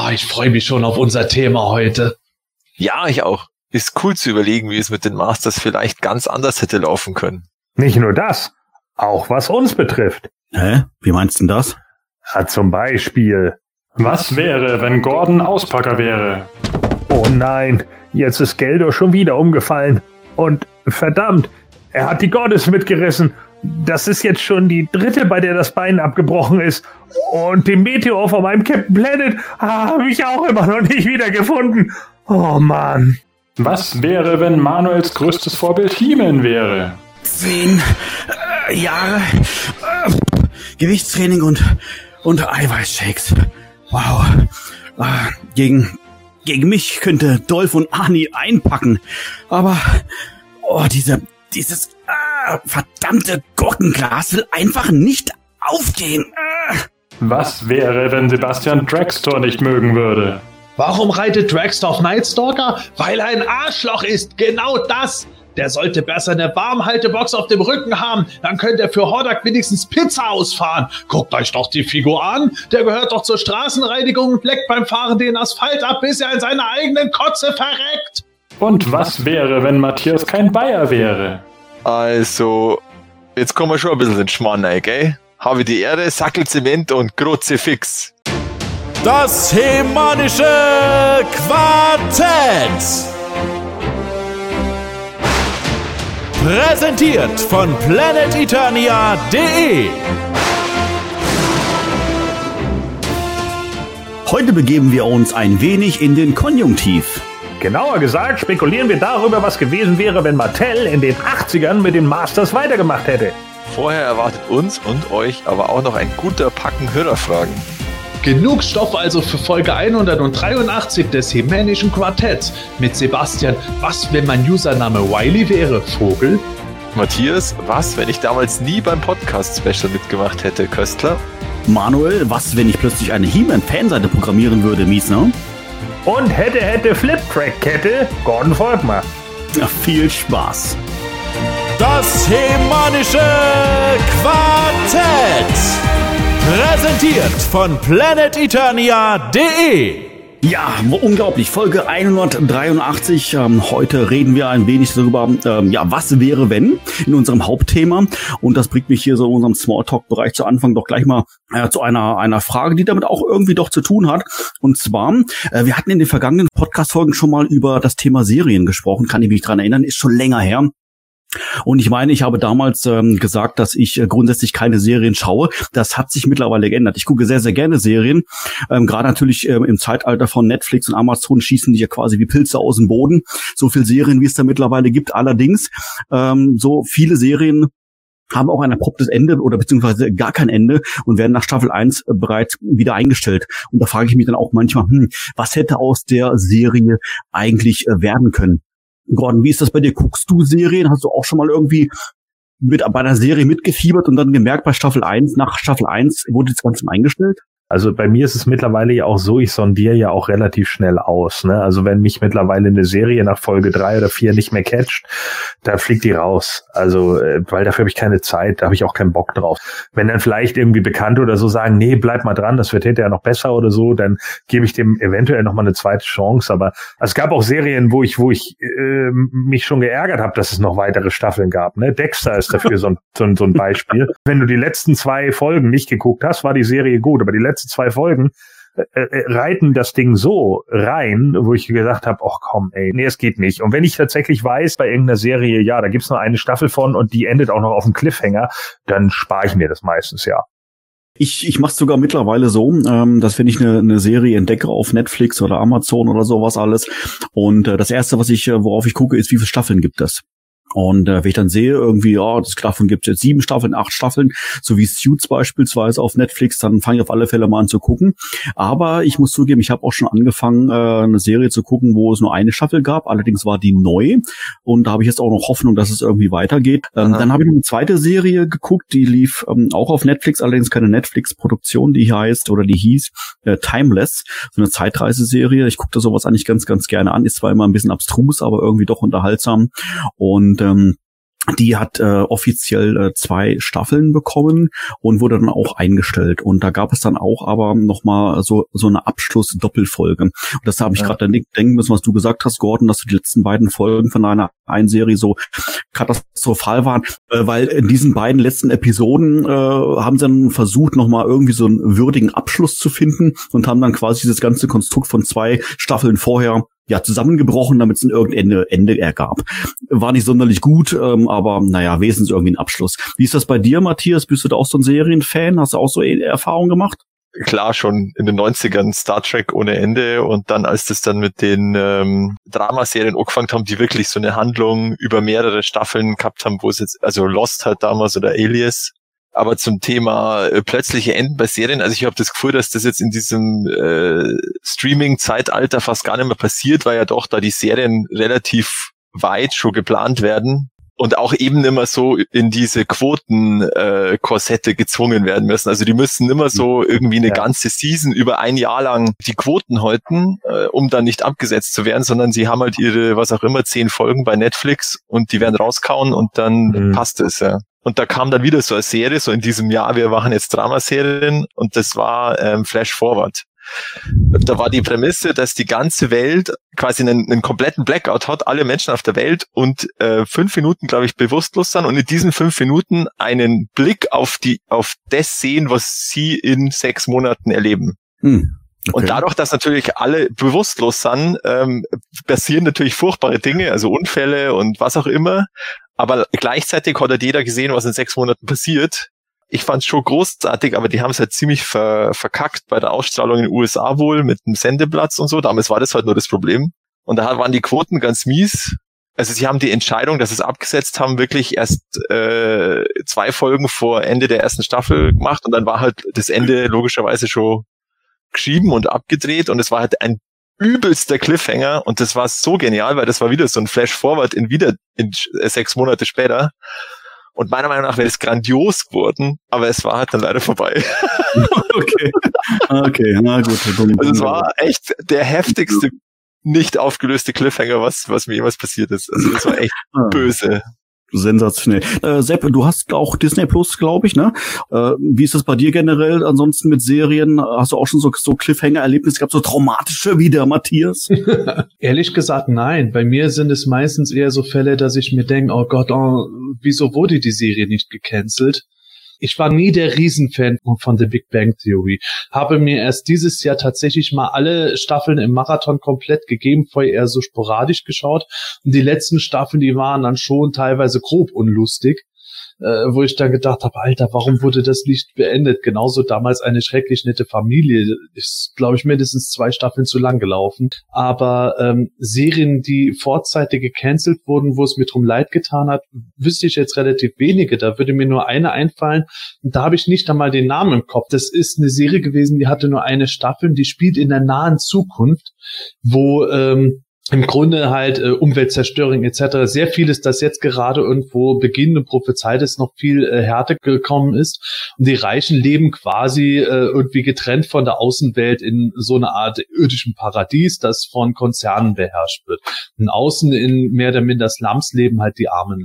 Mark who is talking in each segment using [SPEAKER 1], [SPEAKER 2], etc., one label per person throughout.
[SPEAKER 1] ich freue mich schon auf unser Thema heute.
[SPEAKER 2] Ja, ich auch. Ist cool zu überlegen, wie es mit den Masters vielleicht ganz anders hätte laufen können.
[SPEAKER 3] Nicht nur das, auch was uns betrifft.
[SPEAKER 4] Hä? Wie meinst du denn das?
[SPEAKER 3] Ja, zum Beispiel.
[SPEAKER 5] Was wäre, wenn Gordon Auspacker wäre?
[SPEAKER 3] Oh nein, jetzt ist Geldor schon wieder umgefallen. Und verdammt, er hat die Goddess mitgerissen. Das ist jetzt schon die dritte, bei der das Bein abgebrochen ist. Und den Meteor von meinem Captain Planet habe ich auch immer noch nicht wiedergefunden. Oh Mann.
[SPEAKER 5] Was wäre, wenn Manuels größtes Vorbild He-Man wäre?
[SPEAKER 4] 10 Jahre Gewichtstraining und Eiweißshakes. Wow. Gegen mich könnte Dolph und Arnie einpacken. Aber dieses verdammte Gurkenglas will einfach nicht aufgehen.
[SPEAKER 5] Was wäre, wenn Sebastian Dragstore nicht mögen würde?
[SPEAKER 1] Warum reitet Dragster auf Nightstalker? Weil er ein Arschloch ist, genau das! Der sollte besser eine Warmhaltebox auf dem Rücken haben, dann könnte er für Hordak wenigstens Pizza ausfahren. Guckt euch doch die Figur an, der gehört doch zur Straßenreinigung und leckt beim Fahren den Asphalt ab, bis er in seiner eigenen Kotze verreckt.
[SPEAKER 5] Und was wäre, wenn Matthias kein Bayer wäre?
[SPEAKER 2] Also, jetzt kommen wir schon ein bisschen in Schmarrn rein, gell? Habe die Ehre, Sackelzement und Kruzifix.
[SPEAKER 6] Das Hemanische Quartett. Präsentiert von planeteternia.de.
[SPEAKER 4] Heute begeben wir uns ein wenig in den Konjunktiv.
[SPEAKER 3] Genauer gesagt spekulieren wir darüber, was gewesen wäre, wenn Mattel in den 80ern mit den Masters weitergemacht hätte.
[SPEAKER 2] Vorher erwartet uns und euch aber auch noch ein guter Packen Hörerfragen.
[SPEAKER 1] Genug Stoff also für Folge 183 des Hemänischen Quartetts mit Sebastian, was, wenn mein Username Wiley wäre, Vogel?
[SPEAKER 2] Matthias, was, wenn ich damals nie beim Podcast-Special mitgemacht hätte, Köstler?
[SPEAKER 4] Manuel, was, wenn ich plötzlich eine He-Man-Fanseite programmieren würde, Miesner?
[SPEAKER 3] Und hätte Flip-Track-Kette, Gordon Volkmar.
[SPEAKER 4] Ja, viel Spaß.
[SPEAKER 6] Das Hemanische Quartett. Präsentiert von planeteternia.de.
[SPEAKER 4] Ja, unglaublich. Folge 183. Heute reden wir ein wenig darüber, was wäre, wenn, in unserem Hauptthema. Und das bringt mich hier so in unserem Smalltalk-Bereich zu Anfang doch gleich mal zu einer Frage, die damit auch irgendwie doch zu tun hat. Und zwar, wir hatten in den vergangenen Podcast-Folgen schon mal über das Thema Serien gesprochen. Kann ich mich dran erinnern, ist schon länger her. Und ich meine, ich habe damals gesagt, dass ich grundsätzlich keine Serien schaue. Das hat sich mittlerweile geändert. Ich gucke sehr, sehr gerne Serien. Gerade natürlich im Zeitalter von Netflix und Amazon schießen die ja quasi wie Pilze aus dem Boden. So viel Serien, wie es da mittlerweile gibt. Allerdings, so viele Serien haben auch ein abruptes Ende oder beziehungsweise gar kein Ende und werden nach Staffel 1 bereits wieder eingestellt. Und da frage ich mich dann auch manchmal, was hätte aus der Serie eigentlich werden können? Gordon, wie ist das bei dir? Guckst du Serien? Hast du auch schon mal irgendwie bei einer Serie mitgefiebert und dann gemerkt, nach Staffel 1 wurde das Ganze eingestellt?
[SPEAKER 3] Also bei mir ist es mittlerweile ja auch so, ich sondiere ja auch relativ schnell aus, ne? Also wenn mich mittlerweile eine Serie nach Folge 3 oder 4 nicht mehr catcht, da fliegt die raus. Also, weil dafür habe ich keine Zeit, da habe ich auch keinen Bock drauf. Wenn dann vielleicht irgendwie Bekannte oder so sagen, nee, bleib mal dran, das wird hinterher noch besser oder so, dann gebe ich dem eventuell nochmal eine zweite Chance. Aber es gab auch Serien, wo ich mich schon geärgert habe, dass es noch weitere Staffeln gab, ne? Dexter ist dafür so ein Beispiel. Wenn du die letzten 2 Folgen nicht geguckt hast, war die Serie gut, aber die letzten 2 Folgen reiten das Ding so rein, wo ich gesagt habe, ach komm, ey, nee, es geht nicht. Und wenn ich tatsächlich weiß, bei irgendeiner Serie, ja, da gibt's nur eine Staffel von und die endet auch noch auf dem Cliffhanger, dann spare ich mir das meistens, ja.
[SPEAKER 4] Ich mache es sogar mittlerweile so, dass wenn ich eine Serie entdecke auf Netflix oder Amazon oder sowas alles und das erste, worauf ich gucke, ist, wie viele Staffeln gibt es. Und wenn ich dann sehe, irgendwie, davon gibt es jetzt 7 Staffeln, 8 Staffeln, so wie Suits beispielsweise auf Netflix, dann fange ich auf alle Fälle mal an zu gucken. Aber ich muss zugeben, ich habe auch schon angefangen, eine Serie zu gucken, wo es nur eine Staffel gab. Allerdings war die neu. Und da habe ich jetzt auch noch Hoffnung, dass es irgendwie weitergeht. Dann habe ich eine zweite Serie geguckt, die lief auch auf Netflix, allerdings keine Netflix-Produktion, die hieß Timeless, so eine Zeitreiseserie. Ich gucke da sowas eigentlich ganz, ganz gerne an. Ist zwar immer ein bisschen abstrus, aber irgendwie doch unterhaltsam. Und Die hat offiziell 2 Staffeln bekommen und wurde dann auch eingestellt. Und da gab es dann auch aber nochmal so eine Abschluss-Doppelfolge. Und das habe ich gerade denken müssen, was du gesagt hast, Gordon, dass die letzten beiden Folgen von einer Serie so katastrophal waren. Weil in diesen beiden letzten Episoden haben sie dann versucht, nochmal irgendwie so einen würdigen Abschluss zu finden und haben dann quasi dieses ganze Konstrukt von 2 Staffeln vorher zusammengebrochen, damit es ein irgendein Ende ergab. War nicht sonderlich gut, aber naja, wesentlich irgendwie ein Abschluss. Wie ist das bei dir, Matthias? Bist du da auch so ein Serienfan? Hast du auch so Erfahrungen gemacht?
[SPEAKER 2] Klar, schon in den 90ern Star Trek ohne Ende und dann, als das dann mit den Dramaserien angefangen haben, die wirklich so eine Handlung über mehrere Staffeln gehabt haben, wo es jetzt, also Lost halt damals oder Alias. Aber zum Thema plötzliche Enden bei Serien, also ich habe das Gefühl, dass das jetzt in diesem Streaming-Zeitalter fast gar nicht mehr passiert, weil ja doch da die Serien relativ weit schon geplant werden und auch eben immer so in diese Quoten-Korsette gezwungen werden müssen. Also die müssen immer so irgendwie eine ganze Season über ein Jahr lang die Quoten halten, um dann nicht abgesetzt zu werden, sondern sie haben halt ihre, was auch immer, 10 Folgen bei Netflix und die werden rauskauen und dann passt es, ja. Und da kam dann wieder so eine Serie, so in diesem Jahr, wir machen jetzt Dramaserien und das war Flash Forward. Da war die Prämisse, dass die ganze Welt quasi einen kompletten Blackout hat, alle Menschen auf der Welt und 5 Minuten, glaube ich, bewusstlos sind und in diesen 5 Minuten einen Blick auf das sehen, was sie in 6 Monaten erleben. Okay. Und dadurch, dass natürlich alle bewusstlos sind, passieren natürlich furchtbare Dinge, also Unfälle und was auch immer. Aber gleichzeitig hat halt jeder gesehen, was in 6 Monaten passiert. Ich fand es schon großartig, aber die haben es halt ziemlich verkackt bei der Ausstrahlung in den USA wohl mit dem Sendeplatz und so. Damals war das halt nur das Problem. Und da waren die Quoten ganz mies. Also sie haben die Entscheidung, dass sie es abgesetzt haben, wirklich erst 2 Folgen vor Ende der ersten Staffel gemacht. Und dann war halt das Ende logischerweise schon geschrieben und abgedreht. Und es war halt ein übelster Cliffhanger und das war so genial, weil das war wieder so ein Flash-Forward in 6 Monate später und meiner Meinung nach wäre es grandios geworden, aber es war halt dann leider vorbei.
[SPEAKER 4] Okay, na gut.
[SPEAKER 2] Also es war echt der heftigste nicht aufgelöste Cliffhanger, was mir jemals passiert ist. Also das war echt böse.
[SPEAKER 4] Sensationell. Sepp, du hast auch Disney Plus, glaube ich, ne? Wie ist das bei dir generell ansonsten mit Serien? Hast du auch schon so Cliffhanger-Erlebnisse gehabt, so traumatische wie der Matthias?
[SPEAKER 1] Ehrlich gesagt, nein. Bei mir sind es meistens eher so Fälle, dass ich mir denke, oh Gott, wieso wurde die Serie nicht gecancelt? Ich war nie der Riesenfan von The Big Bang Theory. Habe mir erst dieses Jahr tatsächlich mal alle Staffeln im Marathon komplett gegeben, vorher eher so sporadisch geschaut. Und die letzten Staffeln, die waren dann schon teilweise grob unlustig, wo ich dann gedacht habe, Alter, warum wurde das nicht beendet? Genauso damals Eine schrecklich nette Familie. Ist, glaube ich, mindestens 2 Staffeln zu lang gelaufen. Aber Serien, die vorzeitig gecancelt wurden, wo es mir drum leid getan hat, wüsste ich jetzt relativ wenige. Da würde mir nur eine einfallen. Und da habe ich nicht einmal den Namen im Kopf. Das ist eine Serie gewesen, die hatte nur eine Staffel. Die spielt in der nahen Zukunft, wo im Grunde halt Umweltzerstörung etc. Sehr vieles, das jetzt gerade irgendwo beginnt und prophezeit ist, noch viel härter gekommen ist. Und die Reichen leben quasi irgendwie getrennt von der Außenwelt in so einer Art irdischem Paradies, das von Konzernen beherrscht wird. Und außen in mehr oder minder Slums leben halt die Armen.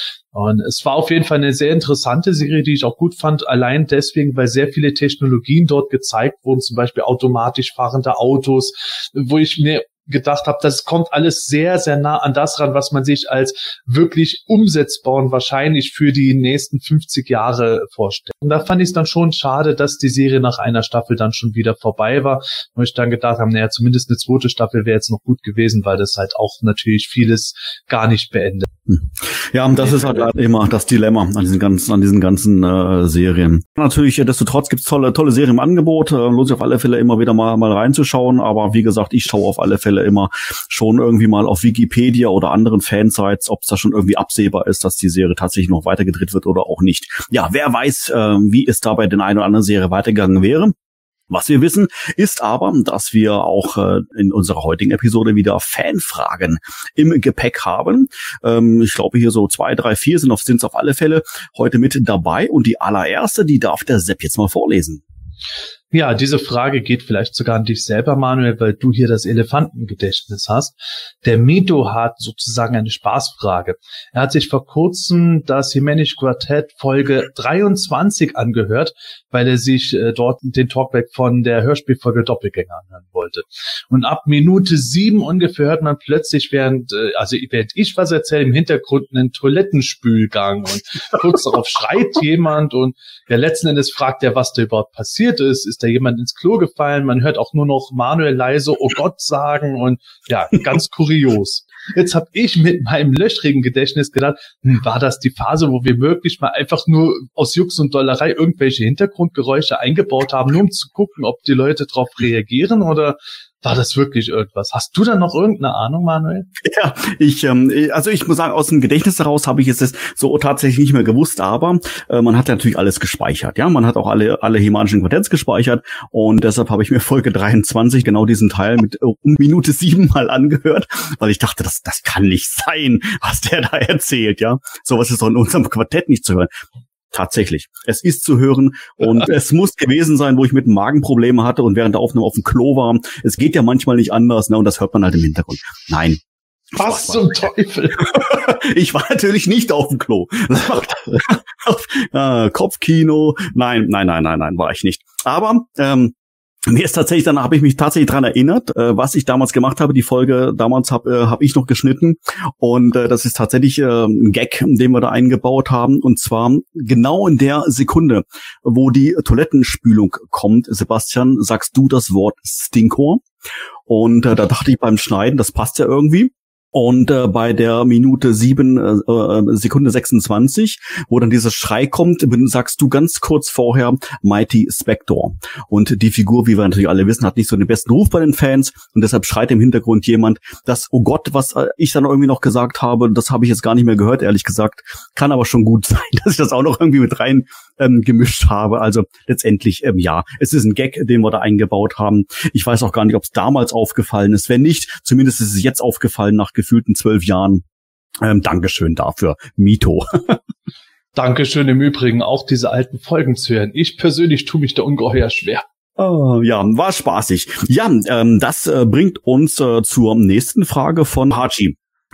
[SPEAKER 1] Und es war auf jeden Fall eine sehr interessante Serie, die ich auch gut fand, allein deswegen, weil sehr viele Technologien dort gezeigt wurden, zum Beispiel automatisch fahrende Autos, wo ich mir gedacht habe, das kommt alles sehr, sehr nah an das ran, was man sich als wirklich umsetzbar und wahrscheinlich für die nächsten 50 Jahre vorstellt. Und da fand ich es dann schon schade, dass die Serie nach einer Staffel dann schon wieder vorbei war, wo ich dann gedacht habe, naja, zumindest eine 2. Staffel wäre jetzt noch gut gewesen, weil das halt auch natürlich vieles gar nicht beendet.
[SPEAKER 4] Ja, und das ist halt immer das Dilemma an diesen ganzen Serien. Natürlich, destotrotz gibt's tolle Serien im Angebot. Lohnt sich auf alle Fälle immer wieder mal reinzuschauen. Aber wie gesagt, ich schaue auf alle Fälle immer schon irgendwie mal auf Wikipedia oder anderen Fansites, ob es da schon irgendwie absehbar ist, dass die Serie tatsächlich noch weitergedreht wird oder auch nicht. Ja, wer weiß, wie es da bei den einen oder anderen Serie weitergegangen wäre. Was wir wissen, ist aber, dass wir auch in unserer heutigen Episode wieder Fanfragen im Gepäck haben. Ich glaube, hier so 2, 3, 4 sind es auf alle Fälle heute mit dabei. Und die allererste, die darf der Sepp jetzt mal vorlesen.
[SPEAKER 1] Ja, diese Frage geht vielleicht sogar an dich selber, Manuel, weil du hier das Elefantengedächtnis hast. Der Mito hat sozusagen eine Spaßfrage. Er hat sich vor kurzem das He-Manish Quartett Folge 23 angehört, weil er sich dort den Talkback von der Hörspielfolge Doppelgänger anhören wollte. Und ab Minute 7 ungefähr hört man plötzlich, während ich was erzähle, im Hintergrund einen Toilettenspülgang und kurz darauf schreit jemand und ja, letzten Endes fragt er, was da überhaupt passiert ist. Ist da jemand ins Klo gefallen? Man hört auch nur noch Manuel leise "Oh Gott" sagen und ja, ganz kurios. Jetzt habe ich mit meinem löchrigen Gedächtnis gedacht, war das die Phase, wo wir wirklich mal einfach nur aus Jux und Dollerei irgendwelche Hintergrundgeräusche eingebaut haben, nur um zu gucken, ob die Leute drauf reagieren, oder war das wirklich irgendwas? Hast du da noch irgendeine Ahnung, Manuel?
[SPEAKER 4] Ja, ich muss sagen, aus dem Gedächtnis heraus habe ich es so tatsächlich nicht mehr gewusst, aber man hat natürlich alles gespeichert. Ja, man hat auch alle He-Manischen Quartetts gespeichert und deshalb habe ich mir Folge 23 genau diesen Teil mit Minute 7 mal angehört, weil ich dachte, das kann nicht sein, was der da erzählt. Ja, sowas ist doch in unserem Quartett nicht zu hören. Tatsächlich. Es ist zu hören und es muss gewesen sein, wo ich mit Magenprobleme hatte und während der Aufnahme auf dem Klo war. Es geht ja manchmal nicht anders, ne? Und das hört man halt im Hintergrund. Nein.
[SPEAKER 1] Was zum Teufel?
[SPEAKER 4] Ich war natürlich nicht auf dem Klo. Kopfkino. Nein, war ich nicht. Aber mir ist tatsächlich, dann habe ich mich tatsächlich dran erinnert, was ich damals gemacht habe. Die Folge damals habe ich noch geschnitten und das ist tatsächlich ein Gag, den wir da eingebaut haben, und zwar genau in der Sekunde, wo die Toilettenspülung kommt. Sebastian, sagst du das Wort Stinkor? Und da dachte ich beim Schneiden, das passt ja irgendwie. Und bei der Minute 7, Sekunde 26, wo dann dieser Schrei kommt, sagst du ganz kurz vorher Mighty Spector. Und die Figur, wie wir natürlich alle wissen, hat nicht so den besten Ruf bei den Fans. Und deshalb schreit im Hintergrund jemand, das, oh Gott, was ich dann irgendwie noch gesagt habe, das habe ich jetzt gar nicht mehr gehört, ehrlich gesagt. Kann aber schon gut sein, dass ich das auch noch irgendwie mit rein gemischt habe. Also letztendlich, ja, es ist ein Gag, den wir da eingebaut haben. Ich weiß auch gar nicht, ob es damals aufgefallen ist. Wenn nicht, zumindest ist es jetzt aufgefallen nach gefühlten 12 Jahren. Dankeschön dafür, Mito.
[SPEAKER 1] Dankeschön im Übrigen, auch diese alten Folgen zu hören. Ich persönlich tue mich da ungeheuer schwer.
[SPEAKER 4] Oh, ja, war spaßig. Ja, das bringt uns zur nächsten Frage von Hachi.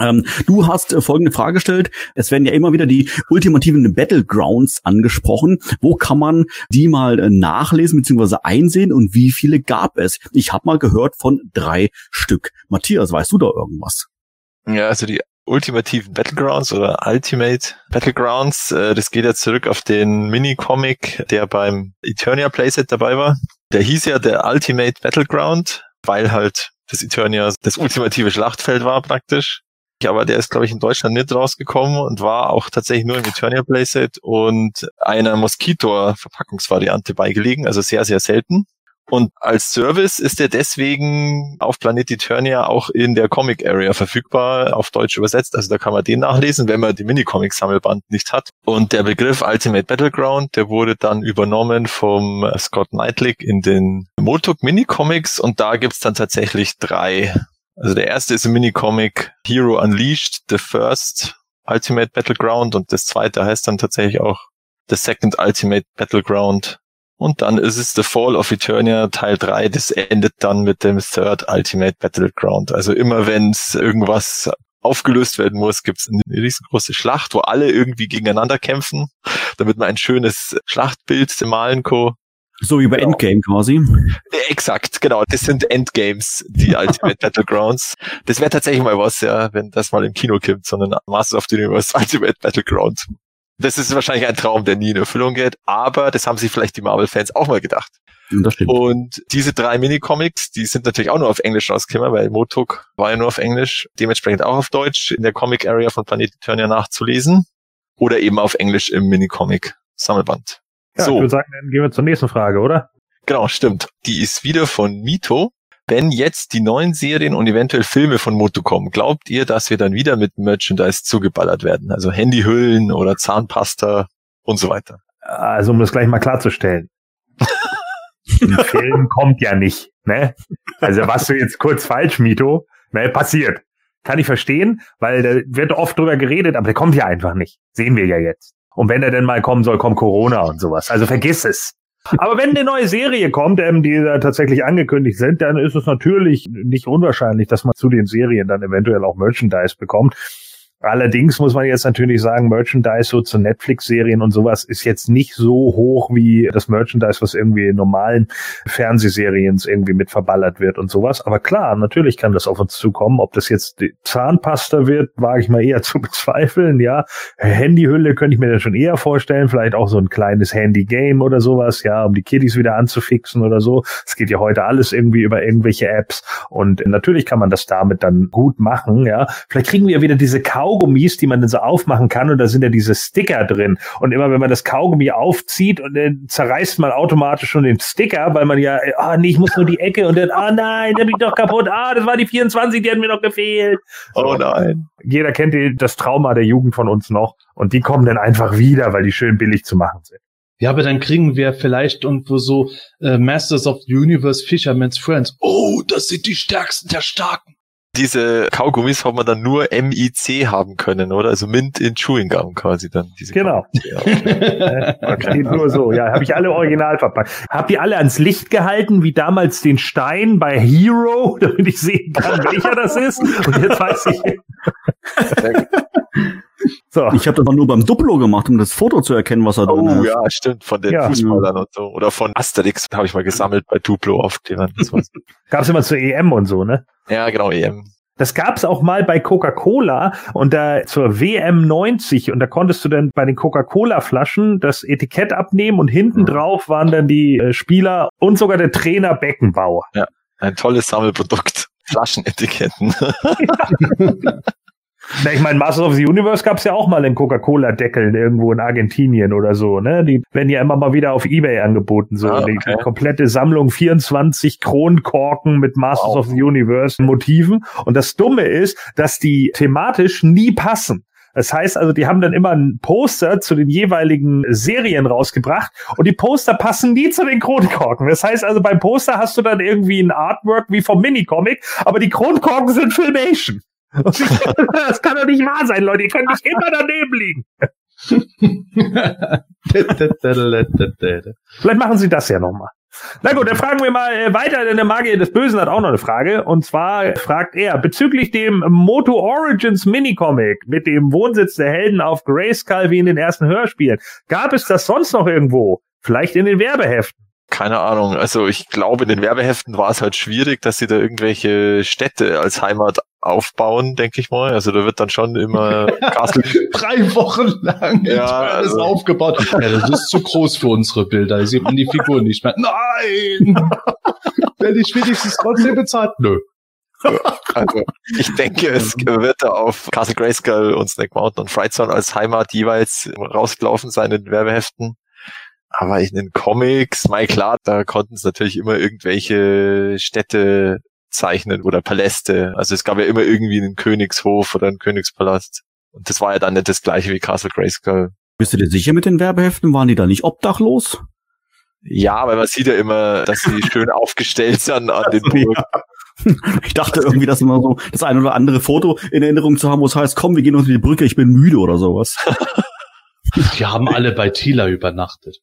[SPEAKER 4] Du hast folgende Frage gestellt. Es werden ja immer wieder die ultimativen Battlegrounds angesprochen. Wo kann man die mal nachlesen bzw. einsehen und wie viele gab es? Ich habe mal gehört von 3 Stück. Matthias, weißt du da irgendwas?
[SPEAKER 2] Ja, also die ultimativen Battlegrounds oder Ultimate Battlegrounds, das geht ja zurück auf den Mini-Comic, der beim Eternia Playset dabei war. Der hieß ja der Ultimate Battleground, weil halt das Eternia das ultimative Schlachtfeld war praktisch. Aber der ist, glaube ich, in Deutschland nicht rausgekommen und war auch tatsächlich nur im Eternia Playset und einer Mosquitor-Verpackungsvariante beigelegen, also sehr, sehr selten. Und als Service ist der deswegen auf Planet Eternia auch in der Comic Area verfügbar, auf Deutsch übersetzt. Also da kann man den nachlesen, wenn man die Minicomic-Sammelband nicht hat. Und der Begriff Ultimate Battleground, der wurde dann übernommen vom Scott Neitlich in den Motuk Minicomics und da gibt's dann tatsächlich 3. Also der erste ist im Minicomic Hero Unleashed, The First Ultimate Battleground und das zweite heißt dann tatsächlich auch The Second Ultimate Battleground. Und dann ist es The Fall of Eternia Teil 3, das endet dann mit dem Third Ultimate Battleground. Also immer wenn es irgendwas aufgelöst werden muss, gibt es eine riesengroße Schlacht, wo alle irgendwie gegeneinander kämpfen, damit man ein schönes Schlachtbild malen kann.
[SPEAKER 4] So wie bei Endgame quasi.
[SPEAKER 2] Exakt, genau. Das sind Endgames, die Ultimate Battlegrounds. Das wäre tatsächlich mal was, ja, wenn das mal im Kino kommt, sondern Masters of the Universe Ultimate Battleground. Das ist wahrscheinlich ein Traum, der nie in Erfüllung geht, aber das haben sich vielleicht die Marvel-Fans auch mal gedacht.
[SPEAKER 4] Das stimmt.
[SPEAKER 2] Und diese 3 Minicomics, die sind natürlich auch nur auf Englisch rausgekommen, weil Motuk war ja nur auf Englisch, dementsprechend auch auf Deutsch in der Comic Area von Planet Eternia nachzulesen oder eben auf Englisch im Minicomic Sammelband.
[SPEAKER 3] Ja,
[SPEAKER 2] so.
[SPEAKER 3] Ich würde sagen, dann gehen wir zur nächsten Frage, oder?
[SPEAKER 2] Genau, stimmt. Die ist wieder von Mito. Wenn jetzt die neuen Serien und eventuell Filme von Motuk kommen, glaubt ihr, dass wir dann wieder mit Merchandise zugeballert werden? Also Handyhüllen oder Zahnpasta und so weiter.
[SPEAKER 3] Also um das gleich mal klarzustellen. Ein Film kommt ja nicht, ne? Also was du jetzt kurz falsch, Mito, ne, passiert. Kann ich verstehen, weil da wird oft drüber geredet, aber der kommt ja einfach nicht. Sehen wir ja jetzt. Und wenn er denn mal kommen soll, kommt Corona und sowas. Also vergiss es. Aber wenn eine neue Serie kommt, die da tatsächlich angekündigt sind, dann ist es natürlich nicht unwahrscheinlich, dass man zu den Serien dann eventuell auch Merchandise bekommt. Allerdings muss man jetzt natürlich sagen, Merchandise so zu Netflix-Serien und sowas ist jetzt nicht so hoch wie das Merchandise, was irgendwie in normalen Fernsehserien irgendwie mit verballert wird und sowas. Aber klar, natürlich kann das auf uns zukommen. Ob das jetzt die Zahnpasta wird, wage ich mal eher zu bezweifeln, ja. Handyhülle könnte ich mir dann schon eher vorstellen. Vielleicht auch so ein kleines Handy-Game oder sowas, ja, um die Kiddies wieder anzufixen oder so. Es geht ja heute alles irgendwie über irgendwelche Apps. Und natürlich kann man das damit dann gut machen, ja. Vielleicht kriegen wir wieder diese Kaugummis, die man dann so aufmachen kann, und da sind ja diese Sticker drin. Und immer wenn man das Kaugummi aufzieht, und dann zerreißt man automatisch schon den Sticker, weil man ja, nee, ich muss nur die Ecke, und dann, nein, der liegt doch kaputt, das war die 24, die hat mir noch gefehlt.
[SPEAKER 2] Oh nein.
[SPEAKER 3] Jeder kennt das Trauma der Jugend von uns noch, und die kommen dann einfach wieder, weil die schön billig zu machen sind.
[SPEAKER 1] Ja, aber dann kriegen wir vielleicht irgendwo so Masters of the Universe, Fisherman's Friends. Oh, das sind die Stärksten der Starken.
[SPEAKER 2] Diese Kaugummis hat man dann nur MIC haben können, oder? Also Mint in Chewing Gum quasi dann. Diese
[SPEAKER 3] genau. Ja, okay. Nur so, ja, habe ich alle original verpackt. Habt ihr alle ans Licht gehalten, wie damals den Stein bei Hero, damit ich sehen kann, welcher das ist? Und jetzt weiß ich.
[SPEAKER 4] So. Ich habe das nur beim Duplo gemacht, um das Foto zu erkennen, was er drin ist.
[SPEAKER 2] Oh ja, stimmt, von den Fußballern und so. Oder von Asterix habe ich mal gesammelt bei Duplo oft.
[SPEAKER 3] Gab's immer zur EM und so, ne?
[SPEAKER 2] Ja, genau, EM.
[SPEAKER 3] Das gab's auch mal bei Coca-Cola und da zur WM 90, und da konntest du dann bei den Coca-Cola-Flaschen das Etikett abnehmen und hinten drauf waren dann die Spieler und sogar der Trainer Beckenbauer.
[SPEAKER 2] Ja, ein tolles Sammelprodukt. Flaschenetiketten.
[SPEAKER 3] Na, ich meine, Masters of the Universe gab's ja auch mal in Coca-Cola-Deckeln irgendwo in Argentinien oder so, ne? Die werden ja immer mal wieder auf eBay angeboten, so. Okay. Die komplette Sammlung 24 Kronkorken mit Masters of the Universe Motiven. Und das Dumme ist, dass die thematisch nie passen. Das heißt also, die haben dann immer ein Poster zu den jeweiligen Serien rausgebracht und die Poster passen nie zu den Kronkorken. Das heißt also, beim Poster hast du dann irgendwie ein Artwork wie vom Minicomic, aber die Kronkorken sind Filmation. Das kann doch nicht wahr sein, Leute. Ihr könnt nicht immer daneben liegen. Vielleicht machen sie das ja nochmal. Na gut, dann fragen wir mal weiter, denn der Magier des Bösen hat auch noch eine Frage. Und zwar fragt er, bezüglich dem Moto Origins Minicomic mit dem Wohnsitz der Helden auf Grayskull wie in den ersten Hörspielen, gab es das sonst noch irgendwo? Vielleicht in den Werbeheften?
[SPEAKER 2] Keine Ahnung. Also ich glaube, in den Werbeheften war es halt schwierig, dass sie da irgendwelche Städte als Heimat aufbauen, denke ich mal. Also da wird dann schon immer
[SPEAKER 1] 3 Wochen lang alles aufgebaut. Ja, das ist zu groß für unsere Bilder. Da sieht man die Figur nicht mehr. Nein! Werde ich wenigstens trotzdem bezahlt? Nö.
[SPEAKER 2] Also ich denke, es wird da auf Castle Grayskull und Snake Mountain und Frightzone als Heimat jeweils rausgelaufen sein in den Werbeheften. Aber in den Comics, klar, da konnten es natürlich immer irgendwelche Städte zeichnen oder Paläste. Also es gab ja immer irgendwie einen Königshof oder einen Königspalast. Und das war ja dann nicht das gleiche wie Castle Grayskull.
[SPEAKER 4] Bist du dir sicher mit den Werbeheften? Waren die da nicht obdachlos?
[SPEAKER 2] Ja, weil man sieht ja immer, dass sie schön aufgestellt sind an den Burgen.
[SPEAKER 4] Ja. Ich dachte irgendwie, dass immer so das ein oder andere Foto in Erinnerung zu haben, wo es heißt, komm, wir gehen unter die Brücke, ich bin müde oder sowas.
[SPEAKER 1] Die haben alle bei Tila übernachtet.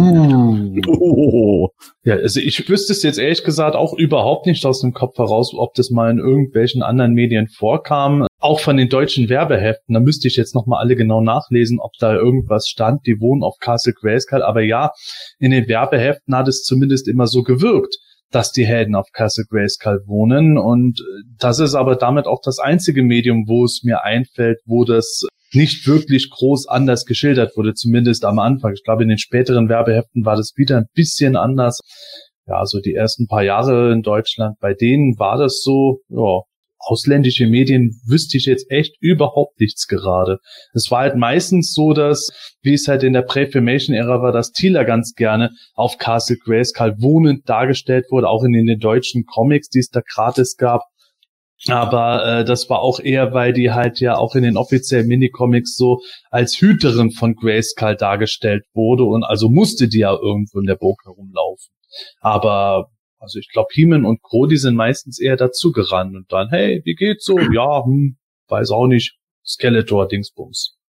[SPEAKER 1] Ja, also ich wüsste es jetzt ehrlich gesagt auch überhaupt nicht aus dem Kopf heraus, ob das mal in irgendwelchen anderen Medien vorkam. Auch von den deutschen Werbeheften, da müsste ich jetzt nochmal alle genau nachlesen, ob da irgendwas stand, die wohnen auf Castle Grayskull. Aber ja, in den Werbeheften hat es zumindest immer so gewirkt, dass die Helden auf Castle Grayskull wohnen. Und das ist aber damit auch das einzige Medium, wo es mir einfällt, wo das nicht wirklich groß anders geschildert wurde, zumindest am Anfang. Ich glaube, in den späteren Werbeheften war das wieder ein bisschen anders. Ja, so die ersten paar Jahre in Deutschland, bei denen war das so, ja, ausländische Medien wüsste ich jetzt echt überhaupt nichts gerade. Es war halt meistens so, dass, wie es halt in der Prä-Filmation-Ära war, dass Tila ganz gerne auf Castle Grayskull wohnend dargestellt wurde, auch in den deutschen Comics, die es da gratis gab. Aber das war auch eher, weil die halt ja auch in den offiziellen Minicomics so als Hüterin von Grayskull dargestellt wurde und also musste die ja irgendwo in der Burg herumlaufen. Aber also ich glaube, He-Man und Gro, die sind meistens eher dazu gerannt und dann, hey, wie geht's so? Ja, weiß auch nicht, Skeletor, Dingsbums.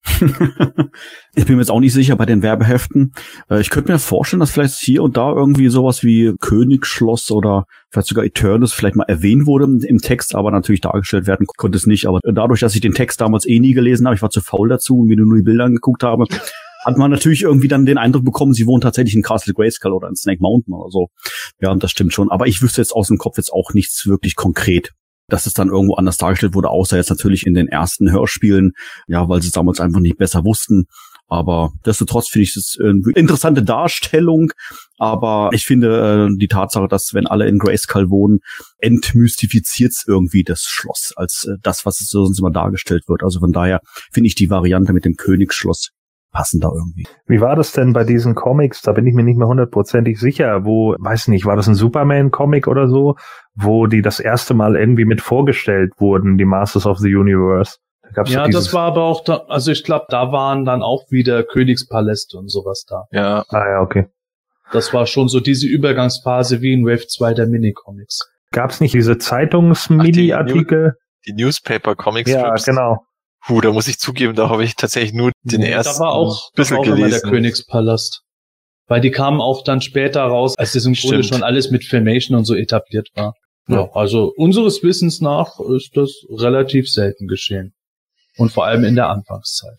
[SPEAKER 4] Ich bin mir jetzt auch nicht sicher bei den Werbeheften. Ich könnte mir vorstellen, dass vielleicht hier und da irgendwie sowas wie Königsschloss oder vielleicht sogar Eternus vielleicht mal erwähnt wurde im Text, aber natürlich dargestellt werden konnte es nicht. Aber dadurch, dass ich den Text damals nie gelesen habe, ich war zu faul dazu und mir nur die Bilder angeguckt habe, hat man natürlich irgendwie dann den Eindruck bekommen, sie wohnen tatsächlich in Castle Grayskull oder in Snake Mountain oder so. Ja, das stimmt schon. Aber ich wüsste jetzt aus dem Kopf jetzt auch nichts wirklich konkret, dass es dann irgendwo anders dargestellt wurde, außer jetzt natürlich in den ersten Hörspielen, ja, weil sie es damals einfach nicht besser wussten. Aber destotrotz finde ich es eine interessante Darstellung. Aber ich finde die Tatsache, dass wenn alle in Grayskull wohnen, entmystifiziert es irgendwie das Schloss als das, was es sonst immer dargestellt wird. Also von daher finde ich die Variante mit dem Königsschloss passender irgendwie.
[SPEAKER 3] Wie war das denn bei diesen Comics? Da bin ich mir nicht mehr hundertprozentig sicher. Weiß nicht, war das ein Superman-Comic oder so, wo die das erste Mal irgendwie mit vorgestellt wurden, die Masters of the Universe? Da gab's
[SPEAKER 1] ja, das war aber auch da, also ich glaube, da waren dann auch wieder Königspaläste und sowas da.
[SPEAKER 2] Ja.
[SPEAKER 3] Ah ja, okay.
[SPEAKER 1] Das war schon so diese Übergangsphase wie in Wave 2 der Minicomics.
[SPEAKER 3] Gab's nicht diese Zeitungs-Mini-Artikel?
[SPEAKER 2] Die Newspaper-Comics.
[SPEAKER 3] Ja, genau.
[SPEAKER 2] Da muss ich zugeben, da habe ich tatsächlich nur den ersten
[SPEAKER 1] da war auch
[SPEAKER 2] bisschen
[SPEAKER 1] gelesen.
[SPEAKER 2] gelesen.
[SPEAKER 1] Immer der Königspalast. Weil die kamen auch dann später raus, als das im Grunde schon alles mit Filmation und so etabliert war. Ja, also unseres Wissens nach ist das relativ selten geschehen. Und vor allem in der Anfangszeit.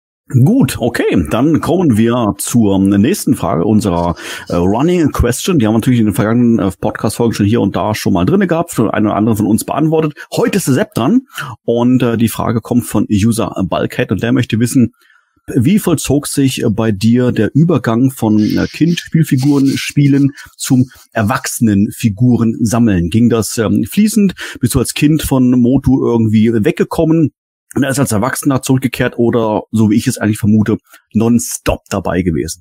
[SPEAKER 4] Gut, okay, dann kommen wir zur nächsten Frage unserer Running Question. Die haben wir natürlich in den vergangenen Podcast-Folgen schon hier und da schon mal drinne gehabt, von einem oder anderen von uns beantwortet. Heute ist der Sepp dran und die Frage kommt von User Bulkhead und der möchte wissen, wie vollzog sich bei dir der Übergang von Kind-Spielfiguren spielen zum Erwachsenen-Figuren sammeln? Ging das fließend? Bist du als Kind von Motu irgendwie weggekommen? Und er ist als Erwachsener zurückgekehrt oder, so wie ich es eigentlich vermute, nonstop dabei gewesen?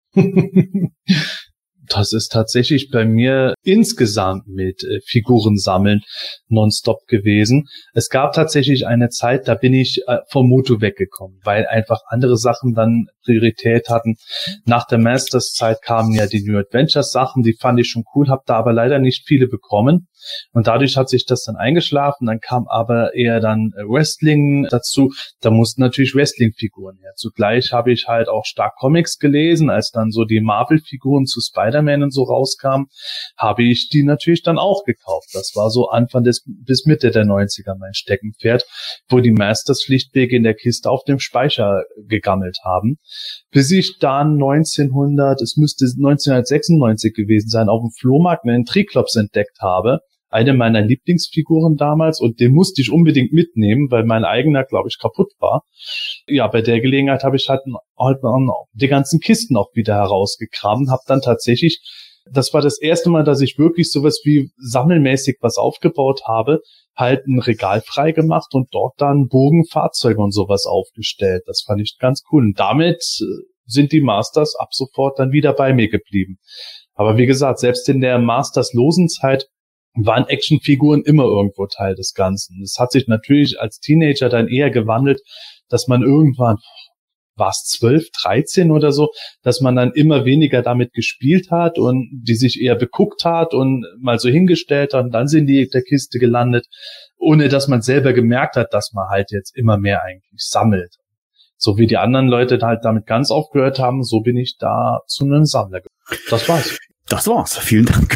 [SPEAKER 1] Das ist tatsächlich bei mir insgesamt mit Figuren sammeln nonstop gewesen. Es gab tatsächlich eine Zeit, da bin ich vom Motu weggekommen, weil einfach andere Sachen dann Priorität hatten. Nach der Masters-Zeit kamen ja die New Adventures-Sachen, die fand ich schon cool, habe da aber leider nicht viele bekommen. Und dadurch hat sich das dann eingeschlafen. Dann kam aber eher dann Wrestling dazu. Da mussten natürlich Wrestling-Figuren her. Zugleich habe ich halt auch stark Comics gelesen. Als dann so die Marvel-Figuren zu Spider-Man und so rauskamen, habe ich die natürlich dann auch gekauft. Das war so Anfang bis Mitte der 90er mein Steckenpferd, wo die Masters schlichtweg in der Kiste auf dem Speicher gegammelt haben. Bis ich dann es müsste 1996 gewesen sein, auf dem Flohmarkt einen Triklops entdeckt habe. Eine meiner Lieblingsfiguren damals und den musste ich unbedingt mitnehmen, weil mein eigener, glaube ich, kaputt war. Ja, bei der Gelegenheit habe ich halt die ganzen Kisten auch wieder herausgekramt, habe dann tatsächlich, das war das erste Mal, dass ich wirklich sowas wie sammelmäßig was aufgebaut habe, halt ein Regal frei gemacht und dort dann Bogenfahrzeuge und sowas aufgestellt. Das fand ich ganz cool. Und damit sind die Masters ab sofort dann wieder bei mir geblieben. Aber wie gesagt, selbst in der Masters-losen Zeit waren Actionfiguren immer irgendwo Teil des Ganzen. Es hat sich natürlich als Teenager dann eher gewandelt, dass man irgendwann, war es 12, 13 oder so, dass man dann immer weniger damit gespielt hat und die sich eher beguckt hat und mal so hingestellt hat und dann sind die in der Kiste gelandet, ohne dass man selber gemerkt hat, dass man halt jetzt immer mehr eigentlich sammelt. So wie die anderen Leute halt damit ganz aufgehört haben, so bin ich da zu einem Sammler geworden. Das war's.
[SPEAKER 4] Das war's. Vielen Dank.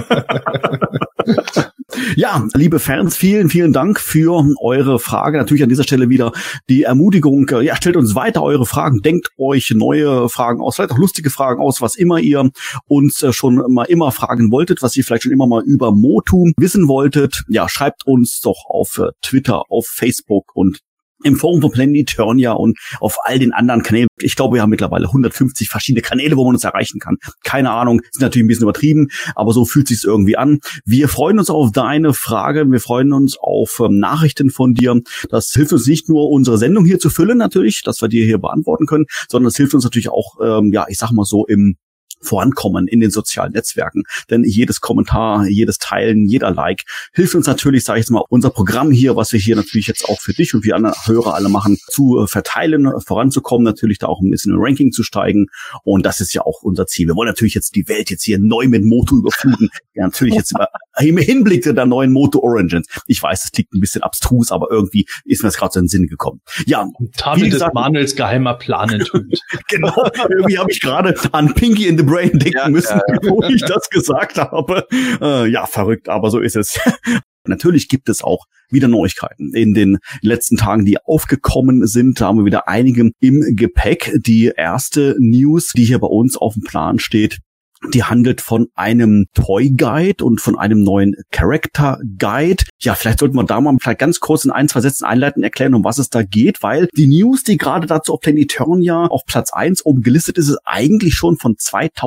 [SPEAKER 4] Ja, liebe Fans, vielen, vielen Dank für eure Frage. Natürlich an dieser Stelle wieder die Ermutigung, ja, stellt uns weiter eure Fragen, denkt euch neue Fragen aus, vielleicht auch lustige Fragen aus, was immer ihr uns schon mal immer fragen wolltet, was ihr vielleicht schon immer mal über Motu wissen wolltet. Ja, schreibt uns doch auf Twitter, auf Facebook und im Forum von Planet Eternia und auf all den anderen Kanälen. Ich glaube, wir haben mittlerweile 150 verschiedene Kanäle, wo man uns erreichen kann. Keine Ahnung, ist natürlich ein bisschen übertrieben, aber so fühlt sich's irgendwie an. Wir freuen uns auf deine Frage, wir freuen uns auf Nachrichten von dir. Das hilft uns nicht nur, unsere Sendung hier zu füllen natürlich, dass wir dir hier beantworten können, sondern es hilft uns natürlich auch, ja, ich sag mal so, im vorankommen in den sozialen Netzwerken. Denn jedes Kommentar, jedes Teilen, jeder Like hilft uns natürlich, sage ich jetzt mal, unser Programm hier, was wir hier natürlich jetzt auch für dich und für andere Hörer alle machen, zu verteilen, voranzukommen, natürlich da auch ein bisschen im Ranking zu steigen. Und das ist ja auch unser Ziel. Wir wollen natürlich jetzt die Welt jetzt hier neu mit Moto überfluten. Ja, natürlich jetzt im Hinblick der neuen Moto Origins. Ich weiß, es klingt ein bisschen abstrus, aber irgendwie ist mir das gerade so in den Sinn gekommen. Ja,
[SPEAKER 1] damit ist Manuels geheimer Plan enthüllt.
[SPEAKER 4] Genau, irgendwie habe ich gerade an Pinky in the Brain denken müssen, wo ich das gesagt habe. Ja, verrückt, aber so ist es. Natürlich gibt es auch wieder Neuigkeiten in den letzten Tagen, die aufgekommen sind. Da haben wir wieder einige im Gepäck. Die erste News, die hier bei uns auf dem Plan steht, die handelt von einem Toy Guide und von einem neuen Character Guide. Ja, vielleicht sollten wir da mal vielleicht ganz kurz in 1-2 Sätzen einleiten, erklären, um was es da geht, weil die News, die gerade dazu auf Planeturnia auf Platz 1 oben gelistet ist, ist eigentlich schon von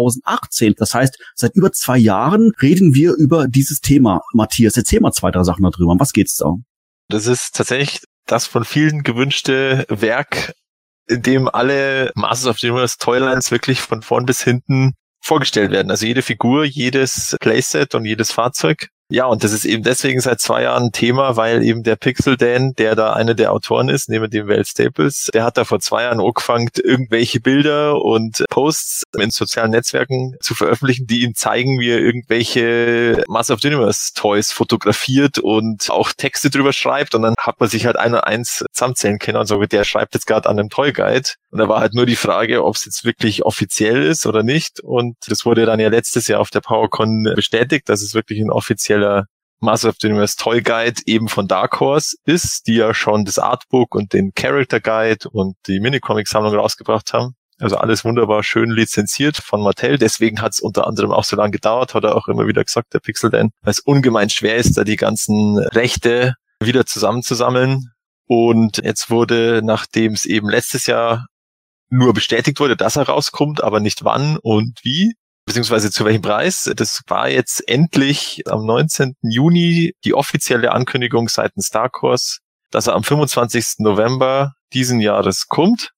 [SPEAKER 4] 2018. Das heißt, seit über 2 Jahren reden wir über dieses Thema. Matthias, erzähl mal 2, 3 Sachen darüber. Um was geht's da?
[SPEAKER 2] Das ist tatsächlich das von vielen gewünschte Werk, in dem alle Masters of the Universe Toylines wirklich von vorn bis hinten vorgestellt werden. Also jede Figur, jedes Playset und jedes Fahrzeug. Ja, und das ist eben deswegen seit 2 Jahren Thema, weil eben der Pixel Dan, der da einer der Autoren ist, neben dem Val Staples, der hat da vor 2 Jahren angefangen, irgendwelche Bilder und Posts in sozialen Netzwerken zu veröffentlichen, die ihm zeigen, wie er irgendwelche Masters of the Universe Toys fotografiert und auch Texte drüber schreibt. Und dann hat man sich halt 1 und 1 zusammenzählen können und so, der schreibt jetzt gerade an einem Toy Guide. Und da war halt nur die Frage, ob es jetzt wirklich offiziell ist oder nicht. Und das wurde dann ja letztes Jahr auf der PowerCon bestätigt, dass es wirklich ein offizieller Masters of the Universe Toy Guide eben von Dark Horse ist, die ja schon das Artbook und den Character Guide und die Minicomic-Sammlung rausgebracht haben. Also alles wunderbar schön lizenziert von Mattel. Deswegen hat es unter anderem auch so lange gedauert, hat er auch immer wieder gesagt, der Pixel Dan, weil es ungemein schwer ist, da die ganzen Rechte wieder zusammenzusammeln. Und jetzt wurde, nachdem es eben letztes Jahr nur bestätigt wurde, dass er rauskommt, aber nicht wann und wie, beziehungsweise zu welchem Preis. Das war jetzt endlich am 19. Juni die offizielle Ankündigung seitens Dark Horse, dass er am 25. November diesen Jahres kommt,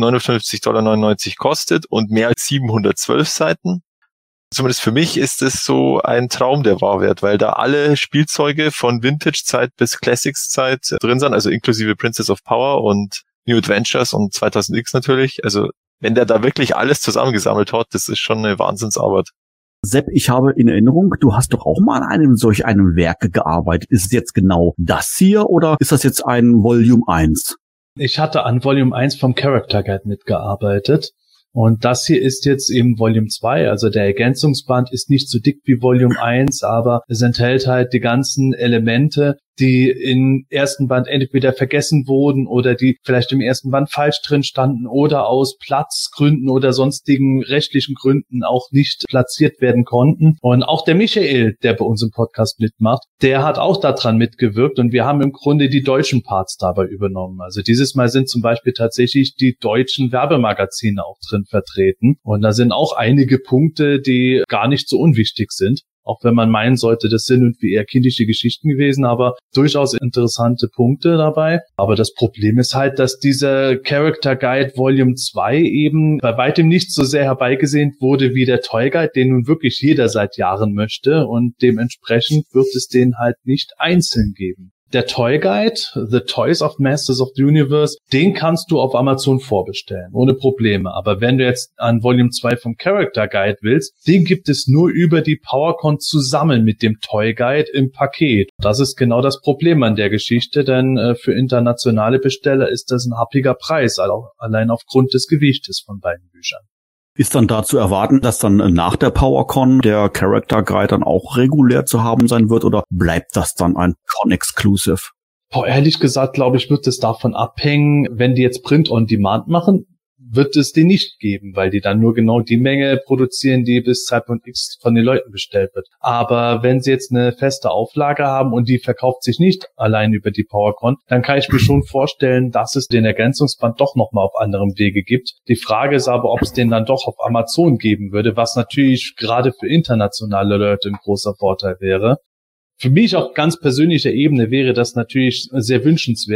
[SPEAKER 2] $59,99 kostet und mehr als 712 Seiten. Zumindest für mich ist es so ein Traum, der wahr wird, weil da alle Spielzeuge von Vintage-Zeit bis Classics-Zeit drin sind, also inklusive Princess of Power und New Adventures und 2000X natürlich. Also wenn der da wirklich alles zusammengesammelt hat, das ist schon eine Wahnsinnsarbeit.
[SPEAKER 4] Sepp, ich habe in Erinnerung, du hast doch auch mal an einem solch einem Werk gearbeitet. Ist es jetzt genau das hier oder ist das jetzt ein Volume 1?
[SPEAKER 1] Ich hatte an Volume 1 vom Character Guide mitgearbeitet. Und das hier ist jetzt eben Volume 2, also der Ergänzungsband ist nicht so dick wie Volume 1, aber es enthält halt die ganzen Elemente, die im ersten Band entweder vergessen wurden oder die vielleicht im ersten Band falsch drin standen oder aus Platzgründen oder sonstigen rechtlichen Gründen auch nicht platziert werden konnten. Und auch der Michael, der bei uns im Podcast mitmacht, der hat auch daran mitgewirkt und wir haben im Grunde die deutschen Parts dabei übernommen. Also dieses Mal sind zum Beispiel tatsächlich die deutschen Werbemagazine auch drin vertreten und da sind auch einige Punkte, die gar nicht so unwichtig sind. Auch wenn man meinen sollte, das sind irgendwie eher kindische Geschichten gewesen, aber durchaus interessante Punkte dabei. Aber das Problem ist halt, dass dieser Character Guide Volume 2 eben bei weitem nicht so sehr herbeigesehnt wurde wie der Toy Guide, den nun wirklich jeder seit Jahren möchte und dementsprechend wird es den halt nicht einzeln geben. Der Toy Guide, The Toys of Masters of the Universe, den kannst du auf Amazon vorbestellen, ohne Probleme. Aber wenn du jetzt an Volume 2 vom Character Guide willst, den gibt es nur über die PowerCon zusammen mit dem Toy Guide im Paket. Das ist genau das Problem an der Geschichte, denn für internationale Besteller ist das ein happiger Preis, allein aufgrund des Gewichtes von beiden Büchern.
[SPEAKER 4] Ist dann da zu erwarten, dass dann nach der PowerCon der Character Guide dann auch regulär zu haben sein wird oder bleibt das dann ein Con-Exclusive?
[SPEAKER 1] Ehrlich gesagt, glaube ich, wird es davon abhängen, wenn die jetzt Print on Demand machen, wird es die nicht geben, weil die dann nur genau die Menge produzieren, die bis Zeitpunkt X von den Leuten bestellt wird. Aber wenn sie jetzt eine feste Auflage haben und die verkauft sich nicht allein über die PowerCon, dann kann ich mir schon vorstellen, dass es den Ergänzungsband doch nochmal auf anderem Wege gibt. Die Frage ist aber, ob es den dann doch auf Amazon geben würde, was natürlich gerade für internationale Leute ein großer Vorteil wäre. Für mich auf ganz persönlicher Ebene wäre das natürlich sehr wünschenswert,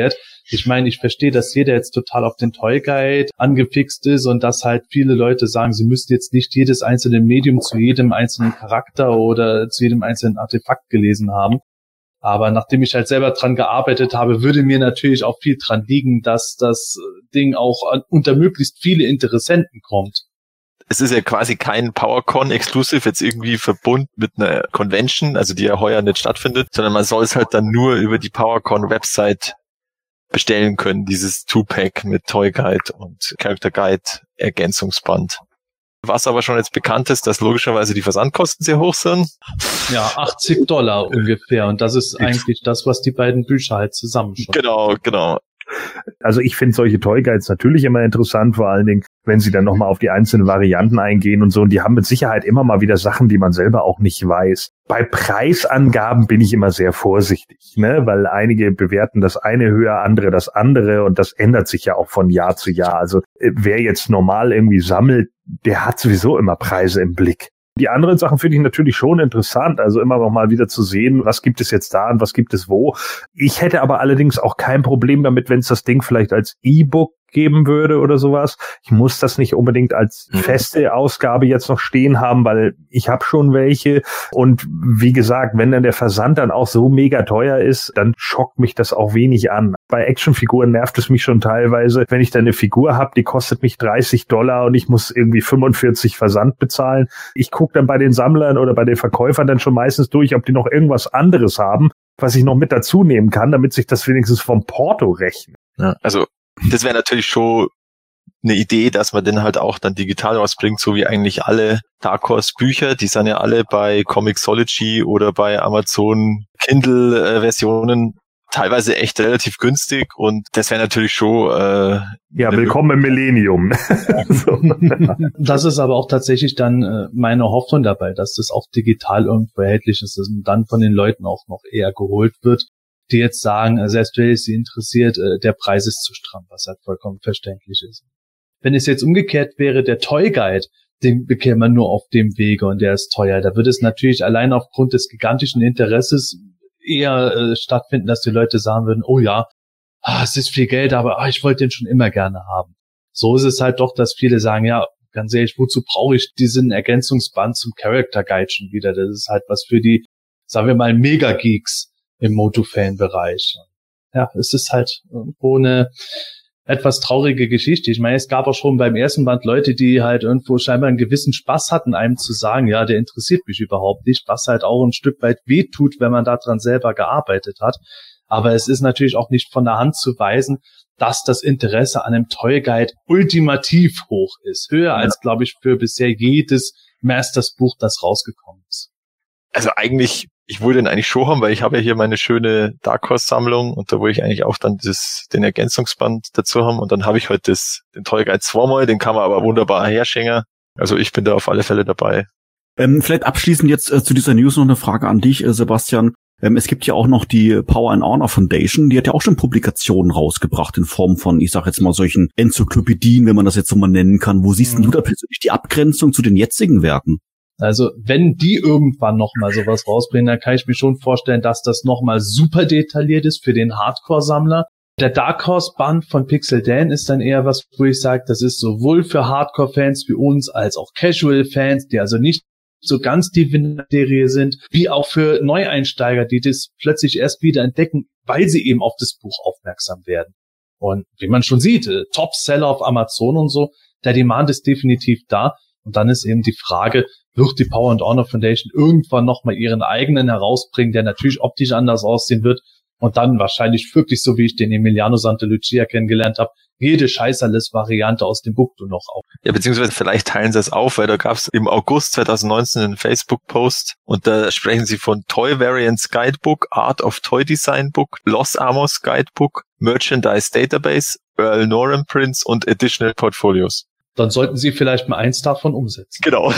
[SPEAKER 1] Ich meine, ich verstehe, dass jeder jetzt total auf den Toy Guide angefixt ist und dass halt viele Leute sagen, sie müssten jetzt nicht jedes einzelne Medium zu jedem einzelnen Charakter oder zu jedem einzelnen Artefakt gelesen haben. Aber nachdem ich halt selber dran gearbeitet habe, würde mir natürlich auch viel dran liegen, dass das Ding auch unter möglichst viele Interessenten kommt.
[SPEAKER 2] Es ist ja quasi kein PowerCon-Exclusive jetzt irgendwie verbunden mit einer Convention, also die ja heuer nicht stattfindet, sondern man soll es halt dann nur über die PowerCon-Website bestellen können, dieses 2-Pack mit Toy Guide und Character Guide Ergänzungsband. Was aber schon jetzt bekannt ist, dass logischerweise die Versandkosten sehr hoch sind.
[SPEAKER 1] Ja, $80 ungefähr. Und das ist eigentlich das, was die beiden Bücher halt zusammenschreiben.
[SPEAKER 2] Genau.
[SPEAKER 3] Also ich finde solche Toy Guides natürlich immer interessant, vor allen Dingen, wenn sie dann nochmal auf die einzelnen Varianten eingehen und so. Und die haben mit Sicherheit immer mal wieder Sachen, die man selber auch nicht weiß. Bei Preisangaben bin ich immer sehr vorsichtig, ne, weil einige bewerten das eine höher, andere das andere und das ändert sich ja auch von Jahr zu Jahr. Also wer jetzt normal irgendwie sammelt, der hat sowieso immer Preise im Blick. Die anderen Sachen finde ich natürlich schon interessant, also immer noch mal wieder zu sehen, was gibt es jetzt da und was gibt es wo. Ich hätte aber allerdings auch kein Problem damit, wenn es das Ding vielleicht als E-Book geben würde oder sowas. Ich muss das nicht unbedingt als feste Ausgabe jetzt noch stehen haben, weil ich habe schon welche. Und wie gesagt, wenn dann der Versand dann auch so mega teuer ist, dann schockt mich das auch wenig an. Bei Actionfiguren nervt es mich schon teilweise, wenn ich dann eine Figur habe, die kostet mich $30 und ich muss irgendwie 45 Versand bezahlen. Ich gucke dann bei den Sammlern oder bei den Verkäufern dann schon meistens durch, ob die noch irgendwas anderes haben, was ich noch mit dazu nehmen kann, damit sich das wenigstens vom Porto rechnet.
[SPEAKER 2] Ja, also das wäre natürlich schon eine Idee, dass man den halt auch dann digital rausbringt, so wie eigentlich alle Dark Horse Bücher. Die sind ja alle bei Comixology oder bei Amazon Kindle Versionen teilweise echt relativ günstig und das wäre natürlich schon
[SPEAKER 3] ja, willkommen im Millennium. So.
[SPEAKER 1] Das ist aber auch tatsächlich dann meine Hoffnung dabei, dass das auch digital irgendwo erhältlich ist und dann von den Leuten auch noch eher geholt wird, die jetzt sagen, selbst wenn es sie interessiert, der Preis ist zu stramm, was halt vollkommen verständlich ist. Wenn es jetzt umgekehrt wäre, der Toy Guide, den bekäme man nur auf dem Wege und der ist teuer. Da würde es natürlich allein aufgrund des gigantischen Interesses eher stattfinden, dass die Leute sagen würden, oh ja, es ist viel Geld, aber ich wollte den schon immer gerne haben. So ist es halt doch, dass viele sagen, ja, ganz ehrlich, wozu brauche ich diesen Ergänzungsband zum Character Guide schon wieder? Das ist halt was für die, sagen wir mal, Mega-Geeks im Moto-Fan-Bereich. Ja, es ist halt irgendwo eine etwas traurige Geschichte. Ich meine, es gab auch schon beim ersten Band Leute, die halt irgendwo scheinbar einen gewissen Spaß hatten, einem zu sagen, ja, der interessiert mich überhaupt nicht, was halt auch ein Stück weit wehtut, wenn man daran selber gearbeitet hat. Aber es ist natürlich auch nicht von der Hand zu weisen, dass das Interesse an einem Toy Guide ultimativ hoch ist. Höher als, glaube ich, für bisher jedes Masters-Buch, das rausgekommen ist.
[SPEAKER 2] Also eigentlich, ich wollte den eigentlich schon haben, weil ich habe ja hier meine schöne Dark Horse Sammlung und da wollte ich eigentlich auch dann den Ergänzungsband dazu haben und dann habe ich heute den Toy Guide zweimal, den kann man aber wunderbar herschenken. Also ich bin da auf alle Fälle dabei.
[SPEAKER 4] Vielleicht abschließend jetzt zu dieser News noch eine Frage an dich, Sebastian. Es gibt ja auch noch die Power and Honor Foundation, die hat ja auch schon Publikationen rausgebracht in Form von, ich sag jetzt mal, solchen Enzyklopädien, wenn man das jetzt so mal nennen kann. Wo siehst du da persönlich die Abgrenzung zu den jetzigen Werken?
[SPEAKER 1] Also wenn die irgendwann nochmal sowas rausbringen, dann kann ich mir schon vorstellen, dass das nochmal super detailliert ist für den Hardcore-Sammler. Der Dark Horse Band von Pixel Dan ist dann eher was, wo ich sage, das ist sowohl für Hardcore-Fans wie uns als auch Casual-Fans, die also nicht so ganz die Serie sind, wie auch für Neueinsteiger, die das plötzlich erst wieder entdecken, weil sie eben auf das Buch aufmerksam werden. Und wie man schon sieht, Top-Seller auf Amazon und so, der Demand ist definitiv da. Und dann ist eben die Frage, wird die Power and Honor Foundation irgendwann nochmal ihren eigenen herausbringen, der natürlich optisch anders aussehen wird und dann wahrscheinlich wirklich, so wie ich den Emiliano Santa Lucia kennengelernt habe, jede Scheißerless-Variante aus dem Buch noch auf.
[SPEAKER 2] Ja, beziehungsweise vielleicht teilen sie es auf, weil da gab es im August 2019 einen Facebook-Post und da sprechen sie von Toy Variants Guidebook, Art of Toy Design Book, Los Amos Guidebook, Merchandise Database, Earl Norham Prints und Additional Portfolios.
[SPEAKER 1] Dann sollten sie vielleicht mal eins davon umsetzen.
[SPEAKER 2] Genau.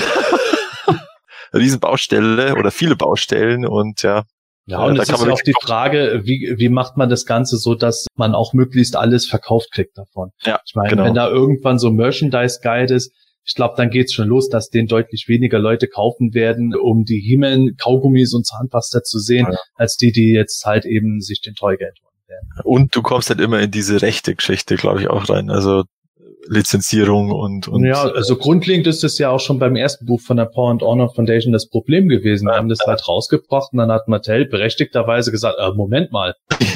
[SPEAKER 2] Riesen Baustelle oder viele Baustellen und ja.
[SPEAKER 1] Ja, und es ist ja auch die Frage, wie macht man das Ganze so, dass man auch möglichst alles verkauft kriegt davon.
[SPEAKER 2] Ja,
[SPEAKER 1] ich meine, wenn da irgendwann so Merchandise-Guide ist, ich glaube, dann geht's schon los, dass den deutlich weniger Leute kaufen werden, um die He-Man, Kaugummis und Zahnpasta zu sehen, als die jetzt halt eben sich den Toy Guide holen. werden.
[SPEAKER 2] Und du kommst halt immer in diese rechte Geschichte, glaube ich, auch rein. Also Lizenzierung und
[SPEAKER 1] ja, also grundlegend ist es ja auch schon beim ersten Buch von der Paw and Honor Foundation das Problem gewesen. Wir haben das halt rausgebracht und dann hat Mattel berechtigterweise gesagt, Moment mal,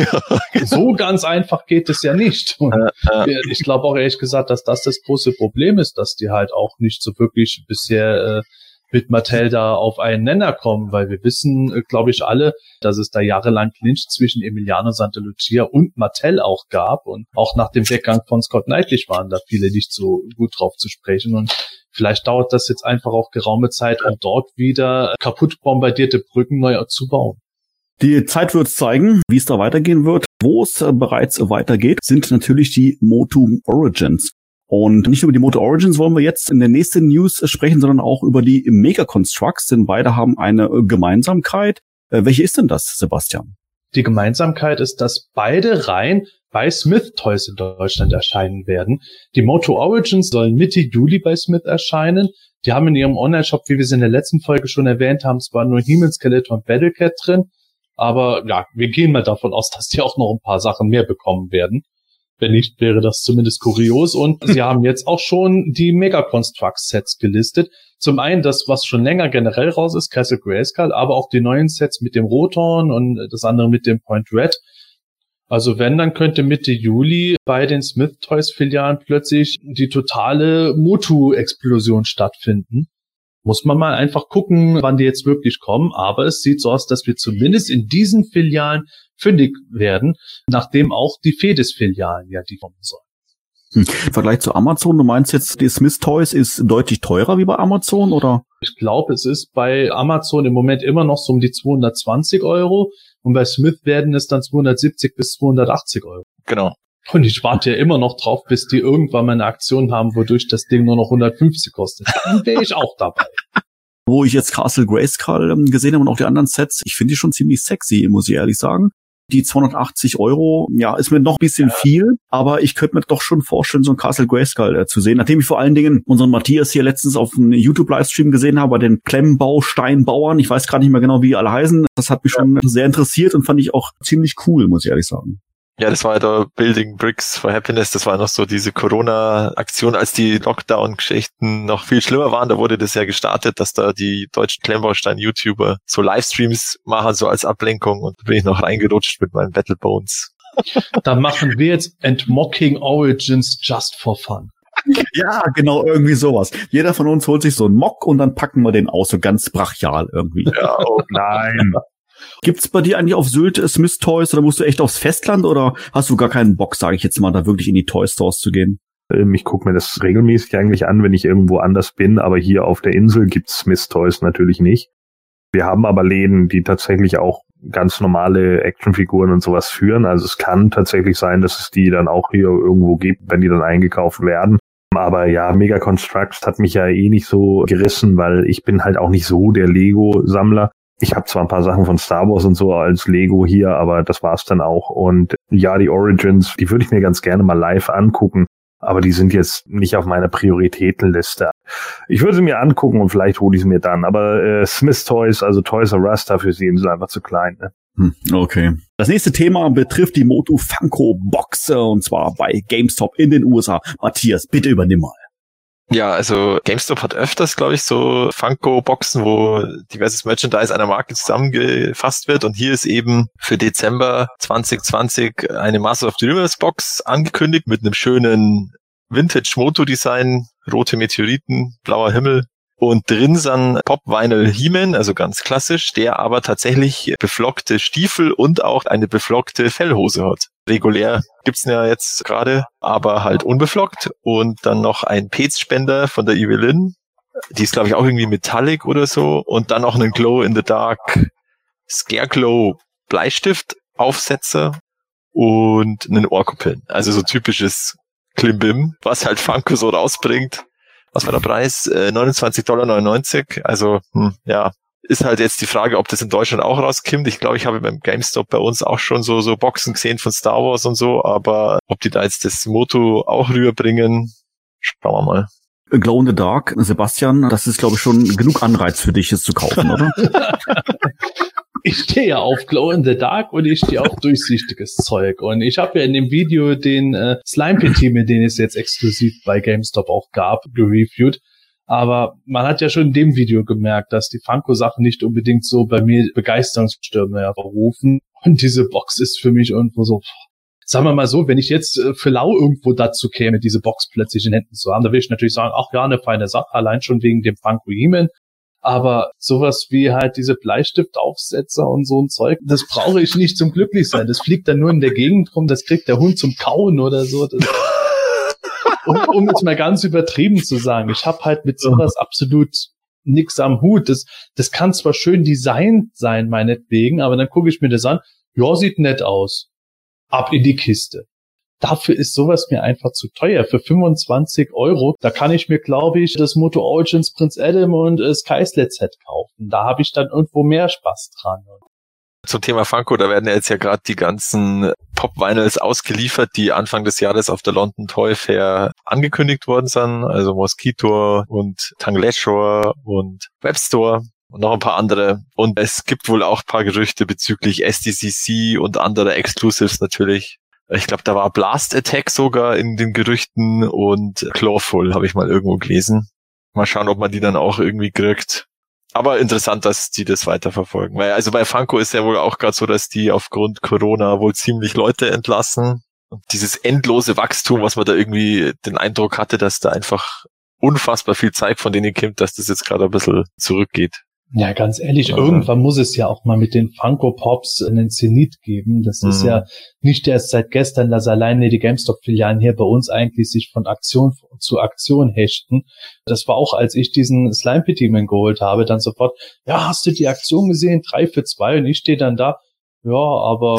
[SPEAKER 1] so ganz einfach geht es ja nicht. Und ich glaube auch ehrlich gesagt, dass das große Problem ist, dass die halt auch nicht so wirklich bisher mit Mattel da auf einen Nenner kommen, weil wir wissen, glaube ich, alle, dass es da jahrelang Clinch zwischen Emiliano Santolucia und Mattel auch gab und auch nach dem Weggang von Scott Knightly waren da viele nicht so gut drauf zu sprechen und vielleicht dauert das jetzt einfach auch geraume Zeit, um dort wieder kaputt bombardierte Brücken neu zu bauen.
[SPEAKER 4] Die Zeit wird zeigen, wie es da weitergehen wird. Wo es bereits weitergeht, sind natürlich die Motu Origins. Und nicht nur über die Moto Origins wollen wir jetzt in der nächsten News sprechen, sondern auch über die Mega Constructs, denn beide haben eine Gemeinsamkeit. Welche ist denn das, Sebastian?
[SPEAKER 1] Die Gemeinsamkeit ist, dass beide Reihen bei Smith Toys in Deutschland erscheinen werden. Die Moto Origins sollen Mitte Juli bei Smith erscheinen. Die haben in ihrem Online-Shop, wie wir es in der letzten Folge schon erwähnt haben, zwar nur He-Man, Skeletor und Battlecat drin, aber ja, wir gehen mal davon aus, dass die auch noch ein paar Sachen mehr bekommen werden. Wenn nicht, wäre das zumindest kurios. Und sie haben jetzt auch schon die Mega Constructs Sets gelistet. Zum einen das, was schon länger generell raus ist, Castle Grayskull, aber auch die neuen Sets mit dem Rothorn und das andere mit dem Point Red. Also wenn, dann könnte Mitte Juli bei den Smith Toys Filialen plötzlich die totale Motu-Explosion stattfinden. Muss man mal einfach gucken, wann die jetzt wirklich kommen. Aber es sieht so aus, dass wir zumindest in diesen Filialen fündig werden, nachdem auch die Fedis-Filialen ja die kommen sollen.
[SPEAKER 4] Im Vergleich zu Amazon, du meinst jetzt, die Smith Toys ist deutlich teurer wie bei Amazon, oder?
[SPEAKER 1] Ich glaube, es ist bei Amazon im Moment immer noch so um die 220 € und bei Smith werden es dann 270 bis 280 €.
[SPEAKER 2] Genau.
[SPEAKER 1] Und ich warte ja immer noch drauf, bis die irgendwann mal eine Aktion haben, wodurch das Ding nur noch 150 kostet. Dann wäre ich auch dabei.
[SPEAKER 4] Wo ich jetzt Castle Grayskull gesehen habe und auch die anderen Sets, ich finde die schon ziemlich sexy, muss ich ehrlich sagen. Die 280 €, ja, ist mir noch ein bisschen viel, aber ich könnte mir doch schon vorstellen, so ein Castle Grayskull zu sehen. Nachdem ich vor allen Dingen unseren Matthias hier letztens auf einem YouTube-Livestream gesehen habe, bei den Klemmbausteinbauern, ich weiß gar nicht mehr genau, wie die alle heißen, das hat mich schon sehr interessiert und fand ich auch ziemlich cool, muss ich ehrlich sagen.
[SPEAKER 2] Ja, das war ja da Building Bricks for Happiness, das war noch so diese Corona-Aktion, als die Lockdown-Geschichten noch viel schlimmer waren, da wurde das ja gestartet, dass da die deutschen Klemmbaustein-YouTuber so Livestreams machen, so als Ablenkung und da bin ich noch reingerutscht mit meinen Battle Bones.
[SPEAKER 1] Da machen wir jetzt Mocking Origins just for fun.
[SPEAKER 4] Ja, genau, irgendwie sowas. Jeder von uns holt sich so einen Mock und dann packen wir den aus, so ganz brachial irgendwie.
[SPEAKER 2] Ja, oh nein.
[SPEAKER 4] Gibt's bei dir eigentlich auf Sylt Smith Toys oder musst du echt aufs Festland oder hast du gar keinen Bock, sage ich jetzt mal, da wirklich in die Toy Stores zu gehen?
[SPEAKER 3] Ich gucke mir das regelmäßig eigentlich an, wenn ich irgendwo anders bin, aber hier auf der Insel gibt's Smith Toys natürlich nicht. Wir haben aber Läden, die tatsächlich auch ganz normale Actionfiguren und sowas führen. Also es kann tatsächlich sein, dass es die dann auch hier irgendwo gibt, wenn die dann eingekauft werden. Aber ja, Mega Constructs hat mich ja eh nicht so gerissen, weil ich bin halt auch nicht so der Lego-Sammler. Ich habe zwar ein paar Sachen von Star Wars und so als Lego hier, aber das war's dann auch. Und ja, die Origins, die würde ich mir ganz gerne mal live angucken, aber die sind jetzt nicht auf meiner Prioritätenliste. Ich würde sie mir angucken und vielleicht hole ich sie mir dann. Aber Smith Toys, also Toys R Us, dafür sind sie einfach zu klein. Ne?
[SPEAKER 4] Okay. Das nächste Thema betrifft die Motu Funko Box und zwar bei GameStop in den USA. Matthias, bitte übernimm mal.
[SPEAKER 2] Ja, also GameStop hat öfters, glaube ich, so Funko-Boxen, wo diverses Merchandise einer Marke zusammengefasst wird. Und hier ist eben für Dezember 2020 eine Master of the Universe Box angekündigt mit einem schönen Vintage-Moto-Design, rote Meteoriten, blauer Himmel. Und drin sind Pop-Vinyl He-Man, also ganz klassisch, der aber tatsächlich beflockte Stiefel und auch eine beflockte Fellhose hat. Regulär gibt's ja jetzt gerade, aber halt unbeflockt. Und dann noch ein Petspender von der Evelyn. Die ist, glaube ich, auch irgendwie Metallic oder so. Und dann noch einen Glow-in-the-Dark Scareglow Bleistift-Aufsetzer und einen Orko-Pin. Also so typisches Klimbim, was halt Funko so rausbringt. Was war der Preis? $29,99. Also, ja, ist halt jetzt die Frage, ob das in Deutschland auch rauskommt. Ich glaube, ich habe beim GameStop bei uns auch schon so Boxen gesehen von Star Wars und so, aber ob die da jetzt das Moto auch rüberbringen, schauen wir mal.
[SPEAKER 4] Glow in the Dark, Sebastian, das ist, glaube ich, schon genug Anreiz für dich, es zu kaufen, oder?
[SPEAKER 1] ich stehe ja auf Glow in the Dark und ich stehe auf durchsichtiges Zeug. Und ich habe ja in dem Video den Slime Pit Team, den es jetzt exklusiv bei GameStop auch gab, gereviewt. Aber man hat ja schon in dem Video gemerkt, dass die Funko-Sachen nicht unbedingt so bei mir Begeisterungsstürme hervorrufen. Und diese Box ist für mich irgendwo so, sagen wir mal so, wenn ich jetzt für lau irgendwo dazu käme, diese Box plötzlich in Händen zu haben, da will ich natürlich sagen, ach ja, eine feine Sache, allein schon wegen dem Funko He-Man. Aber sowas wie halt diese Bleistiftaufsetzer und so ein Zeug, das brauche ich nicht zum Glücklichsein. Das fliegt dann nur in der Gegend rum, das kriegt der Hund zum Kauen oder so. Um jetzt mal ganz übertrieben zu sagen, ich habe halt mit sowas absolut nix am Hut. Das kann zwar schön designt sein, meinetwegen, aber dann gucke ich mir das an, ja, sieht nett aus. Ab in die Kiste. Dafür ist sowas mir einfach zu teuer. Für 25 €, da kann ich mir, glaube ich, das Moto Origins Prince Adam und Skyslet Set kaufen. Da habe ich dann irgendwo mehr Spaß dran.
[SPEAKER 2] Zum Thema Funko, da werden ja jetzt ja gerade die ganzen Pop-Vinyls ausgeliefert, die Anfang des Jahres auf der London Toy Fair angekündigt worden sind. Also Mosquito und Tangleshore und Webstore und noch ein paar andere. Und es gibt wohl auch ein paar Gerüchte bezüglich SDCC und anderer Exclusives natürlich. Ich glaube, da war Blast Attack sogar in den Gerüchten und Clawful habe ich mal irgendwo gelesen. Mal schauen, ob man die dann auch irgendwie kriegt. Aber interessant, dass die das weiterverfolgen. Weil also bei Funko ist ja wohl auch gerade so, dass die aufgrund Corona wohl ziemlich Leute entlassen. Und dieses endlose Wachstum, was man da irgendwie den Eindruck hatte, dass da einfach unfassbar viel Zeit von denen kommt, dass das jetzt gerade ein bisschen zurückgeht.
[SPEAKER 1] Ja, ganz ehrlich, irgendwann muss es ja auch mal mit den Funko Pops einen Zenit geben. Das ist ja nicht erst seit gestern, dass alleine die GameStop-Filialen hier bei uns eigentlich sich von Aktion zu Aktion hechten. Das war auch, als ich diesen Slime Pit Demon geholt habe, dann sofort, ja, hast du die Aktion gesehen? 3 für 2 und ich stehe dann da, ja, aber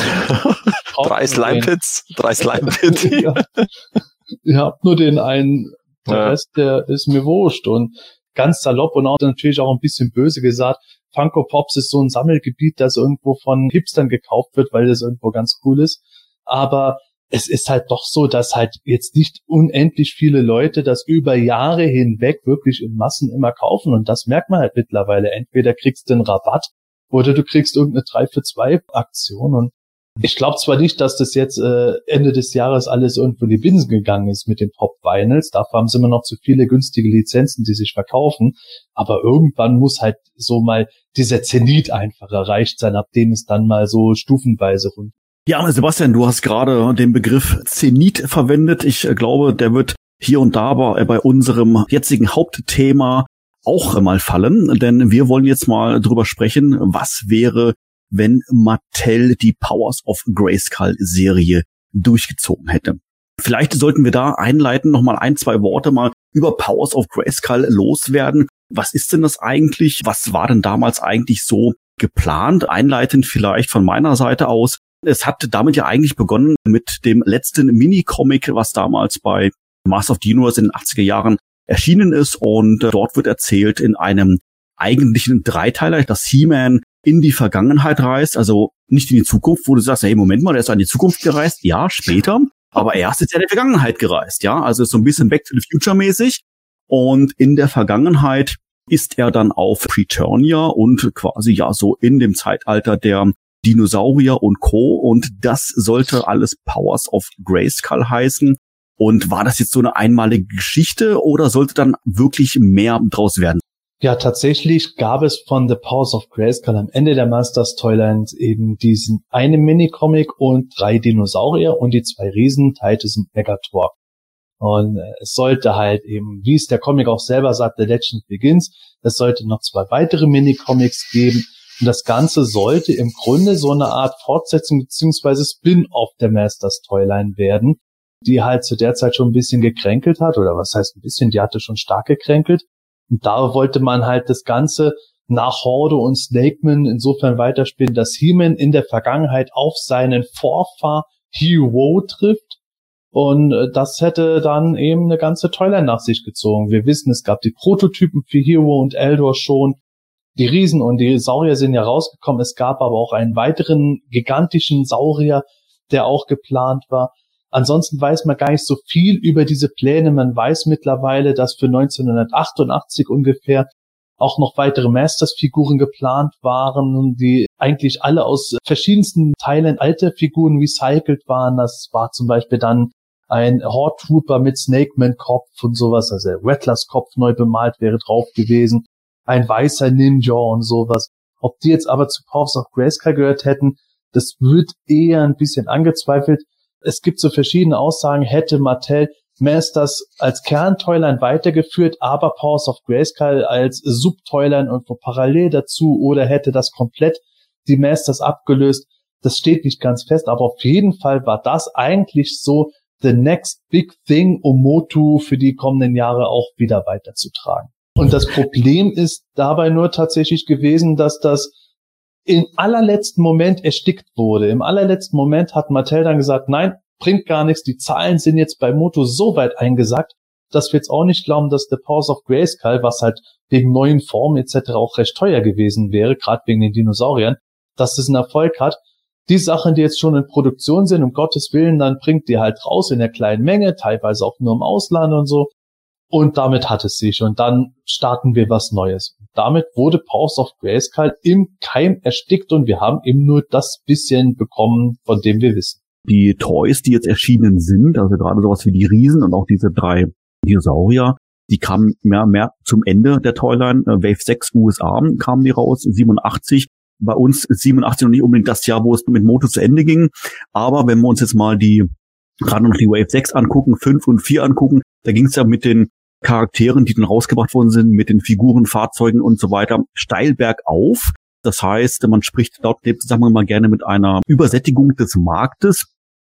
[SPEAKER 2] 3 Slime Pits, 3 Slime Pits.
[SPEAKER 1] Ja. Ihr habt nur den einen, der Rest, der ist mir wurscht. Und ganz salopp und auch natürlich auch ein bisschen böse gesagt, Funko Pops ist so ein Sammelgebiet, das irgendwo von Hipstern gekauft wird, weil das irgendwo ganz cool ist. Aber es ist halt doch so, dass halt jetzt nicht unendlich viele Leute das über Jahre hinweg wirklich in Massen immer kaufen. Und das merkt man halt mittlerweile. Entweder kriegst du einen Rabatt oder du kriegst irgendeine 3 für 2 Aktion. Und ich glaube zwar nicht, dass das jetzt Ende des Jahres alles irgendwo in die Binsen gegangen ist mit den Pop-Vinyls. Dafür haben sie immer noch zu viele günstige Lizenzen, die sich verkaufen. Aber irgendwann muss halt so mal dieser Zenit einfach erreicht sein, ab dem es dann mal so stufenweise rund.
[SPEAKER 4] Ja, Sebastian, du hast gerade den Begriff Zenit verwendet. Ich glaube, der wird hier und da bei unserem jetzigen Hauptthema auch mal fallen. Denn wir wollen jetzt mal drüber sprechen, was wäre, wenn Mattel die Powers of Grayskull-Serie durchgezogen hätte. Vielleicht sollten wir da einleiten, nochmal 1-2 Worte mal über Powers of Grayskull loswerden. Was ist denn das eigentlich? Was war denn damals eigentlich so geplant? Einleitend vielleicht von meiner Seite aus. Es hat damit ja eigentlich begonnen mit dem letzten Mini-Comic, was damals bei Master of the Universe in den 80er Jahren erschienen ist. Und dort wird erzählt in einem eigentlichen Dreiteiler, dass He-Man in die Vergangenheit reist, also nicht in die Zukunft, wo du sagst, hey, Moment mal, der ist in die Zukunft gereist, ja, später, aber er ist jetzt ja in die Vergangenheit gereist, ja, also so ein bisschen Back to the Future mäßig und in der Vergangenheit ist er dann auf Preturnia und quasi ja so in dem Zeitalter der Dinosaurier und Co. und das sollte alles Powers of Grayskull heißen und war das jetzt so eine einmalige Geschichte oder sollte dann wirklich mehr draus werden?
[SPEAKER 1] Ja, tatsächlich gab es von The Powers of Grayskull am Ende der Masters Toyland eben diesen einen Minicomic und 3 Dinosaurier und die 2 Riesen, Titus und Megator. Und es sollte halt eben, wie es der Comic auch selber sagt, The Legend Begins, es sollte noch 2 weitere Minicomics geben und das Ganze sollte im Grunde so eine Art Fortsetzung bzw. Spin-off der Masters Toyline werden, die halt zu der Zeit schon ein bisschen gekränkelt hat, oder was heißt ein bisschen, die hatte schon stark gekränkelt. Und da wollte man halt das Ganze nach Horde und Snakeman insofern weiterspielen, dass He-Man in der Vergangenheit auf seinen Vorfahr Hero trifft. Und das hätte dann eben eine ganze Toyline nach sich gezogen. Wir wissen, es gab die Prototypen für Hero und Eldor schon. Die Riesen und die Saurier sind ja rausgekommen. Es gab aber auch einen weiteren gigantischen Saurier, der auch geplant war. Ansonsten weiß man gar nicht so viel über diese Pläne. Man weiß mittlerweile, dass für 1988 ungefähr auch noch weitere Masters-Figuren geplant waren, die eigentlich alle aus verschiedensten Teilen alte Figuren recycelt waren. Das war zum Beispiel dann ein Horde Trooper mit Snakeman-Kopf und sowas, also der Rattlers Kopf neu bemalt wäre drauf gewesen, ein weißer Ninja und sowas. Ob die jetzt aber zu Powers of Grayskull gehört hätten, das wird eher ein bisschen angezweifelt. Es gibt so verschiedene Aussagen, hätte Mattel Masters als Kerntoyline weitergeführt, aber Powers of Grayskull als Subtoyline irgendwo parallel dazu, oder hätte das komplett die Masters abgelöst. Das steht nicht ganz fest, aber auf jeden Fall war das eigentlich so the next big thing, um Motu für die kommenden Jahre auch wieder weiterzutragen. Und das Problem ist dabei nur tatsächlich gewesen, dass das im allerletzten Moment erstickt wurde. Im allerletzten Moment hat Mattel dann gesagt, nein, bringt gar nichts, die Zahlen sind jetzt bei Motu so weit eingesackt, dass wir jetzt auch nicht glauben, dass der Powers of Grayskull, was halt wegen neuen Formen etc. auch recht teuer gewesen wäre, gerade wegen den Dinosauriern, dass es einen Erfolg hat. Die Sachen, die jetzt schon in Produktion sind, um Gottes Willen, dann bringt die halt raus in der kleinen Menge, teilweise auch nur im Ausland und so. Und damit hat es sich. Und dann starten wir was Neues. Damit wurde Powers of Grayskull im Keim erstickt und wir haben eben nur das bisschen bekommen, von dem wir wissen.
[SPEAKER 4] Die Toys, die jetzt erschienen sind, also gerade sowas wie die Riesen und auch diese 3 Dinosaurier, die kamen mehr zum Ende der Toyline. Wave 6 USA kamen die raus, 87. Bei uns ist 87 noch nicht unbedingt das Jahr, wo es mit Motu zu Ende ging. Aber wenn wir uns jetzt mal gerade noch die Wave 6 angucken, 5 und 4 angucken, da ging es ja mit den Charakteren, die dann rausgebracht worden sind, mit den Figuren, Fahrzeugen und so weiter, steil bergauf. Das heißt, man spricht dort in dem Zusammenhang mal gerne mit einer Übersättigung des Marktes.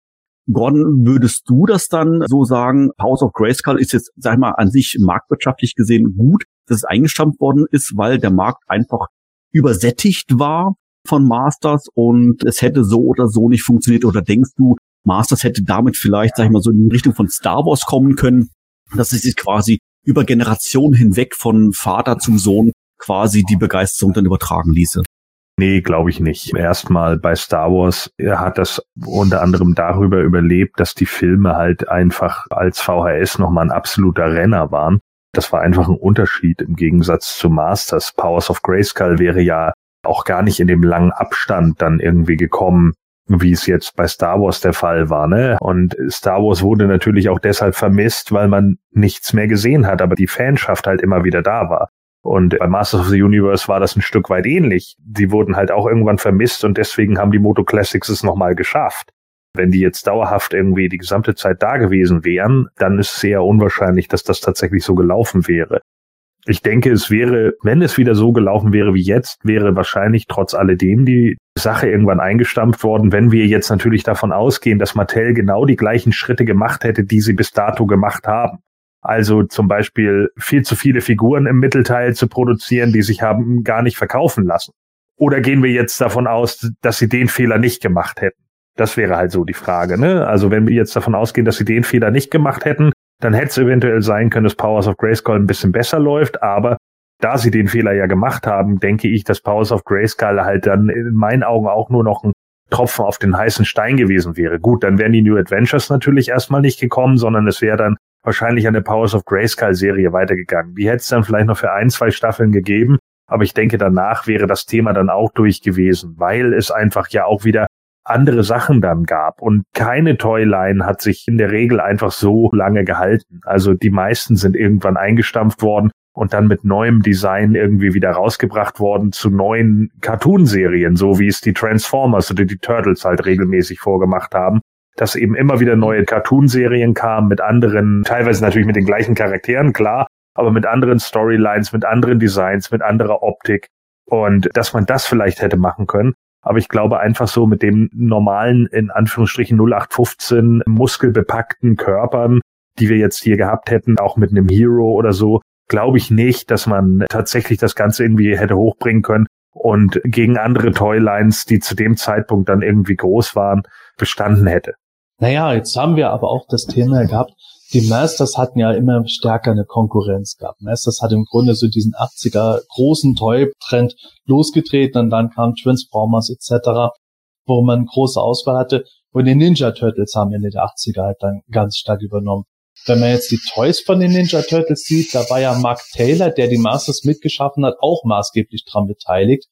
[SPEAKER 4] Gordon, würdest du das dann so sagen, Powers of Grayskull ist jetzt, sag ich mal, an sich marktwirtschaftlich gesehen gut, dass es eingestampft worden ist, weil der Markt einfach übersättigt war von Masters und es hätte so oder so nicht funktioniert? Oder denkst du, Masters hätte damit vielleicht, sag ich mal, so in die Richtung von Star Wars kommen können, dass es sich quasi über Generationen hinweg von Vater zum Sohn quasi die Begeisterung dann übertragen ließe?
[SPEAKER 3] Nee, glaube ich nicht. Erstmal bei Star Wars hat das unter anderem darüber überlebt, dass die Filme halt einfach als VHS nochmal ein absoluter Renner waren. Das war einfach ein Unterschied im Gegensatz zu Masters. Powers of Grayskull wäre ja auch gar nicht in dem langen Abstand dann irgendwie gekommen, wie es jetzt bei Star Wars der Fall war, ne? Und Star Wars wurde natürlich auch deshalb vermisst, weil man nichts mehr gesehen hat, aber die Fanschaft halt immer wieder da war. Und bei Masters of the Universe war das ein Stück weit ähnlich. Die wurden halt auch irgendwann vermisst und deswegen haben die Moto Classics es nochmal geschafft. Wenn die jetzt dauerhaft irgendwie die gesamte Zeit da gewesen wären, dann ist es eher unwahrscheinlich, dass das tatsächlich so gelaufen wäre. Ich denke, es wäre, wenn es wieder so gelaufen wäre wie jetzt, wäre wahrscheinlich trotz alledem die Sache irgendwann eingestampft worden, wenn wir jetzt natürlich davon ausgehen, dass Mattel genau die gleichen Schritte gemacht hätte, die sie bis dato gemacht haben. Also zum Beispiel viel zu viele Figuren im Mittelteil zu produzieren, die sich haben gar nicht verkaufen lassen. Oder gehen wir jetzt davon aus, dass sie den Fehler nicht gemacht hätten? Das wäre halt so die Frage, ne? Also wenn wir jetzt davon ausgehen, dass sie den Fehler nicht gemacht hätten, dann hätte es eventuell sein können, dass Powers of Grayskull ein bisschen besser läuft, aber da sie den Fehler ja gemacht haben, denke ich, dass Powers of Grayskull halt dann in meinen Augen auch nur noch ein Tropfen auf den heißen Stein gewesen wäre. Gut, dann wären die New Adventures natürlich erstmal nicht gekommen, sondern es wäre dann wahrscheinlich eine Powers of Grayskull-Serie weitergegangen. Die hätte es dann vielleicht noch für 1-2 Staffeln gegeben, aber ich denke, danach wäre das Thema dann auch durch gewesen, weil es einfach ja auch wieder andere Sachen dann gab. Und keine Toyline hat sich in der Regel einfach so lange gehalten. Also die meisten sind irgendwann eingestampft worden und dann mit neuem Design irgendwie wieder rausgebracht worden zu neuen Cartoon-Serien, so wie es die Transformers oder die Turtles halt regelmäßig vorgemacht haben. Dass eben immer wieder neue Cartoon-Serien kamen mit anderen, teilweise natürlich mit den gleichen Charakteren, klar, aber mit anderen Storylines, mit anderen Designs, mit anderer Optik. Und dass man das vielleicht hätte machen können. Aber ich glaube einfach so mit dem normalen, in Anführungsstrichen 0815 muskelbepackten Körpern, die wir jetzt hier gehabt hätten, auch mit einem Hero oder so, glaube ich nicht, dass man tatsächlich das Ganze irgendwie hätte hochbringen können und gegen andere Toylines, die zu dem Zeitpunkt dann irgendwie groß waren, bestanden hätte.
[SPEAKER 1] Naja, jetzt haben wir aber auch das Thema gehabt, die Masters hatten ja immer stärker eine Konkurrenz gehabt. Masters hat im Grunde so diesen 80er großen Toy-Trend losgetreten und dann kam Transformers etc., wo man eine große Auswahl hatte. Und die Ninja Turtles haben Ende der 80er halt dann ganz stark übernommen. Wenn man jetzt die Toys von den Ninja Turtles sieht, da war ja Mark Taylor, der die Masters mitgeschaffen hat, auch maßgeblich dran beteiligt.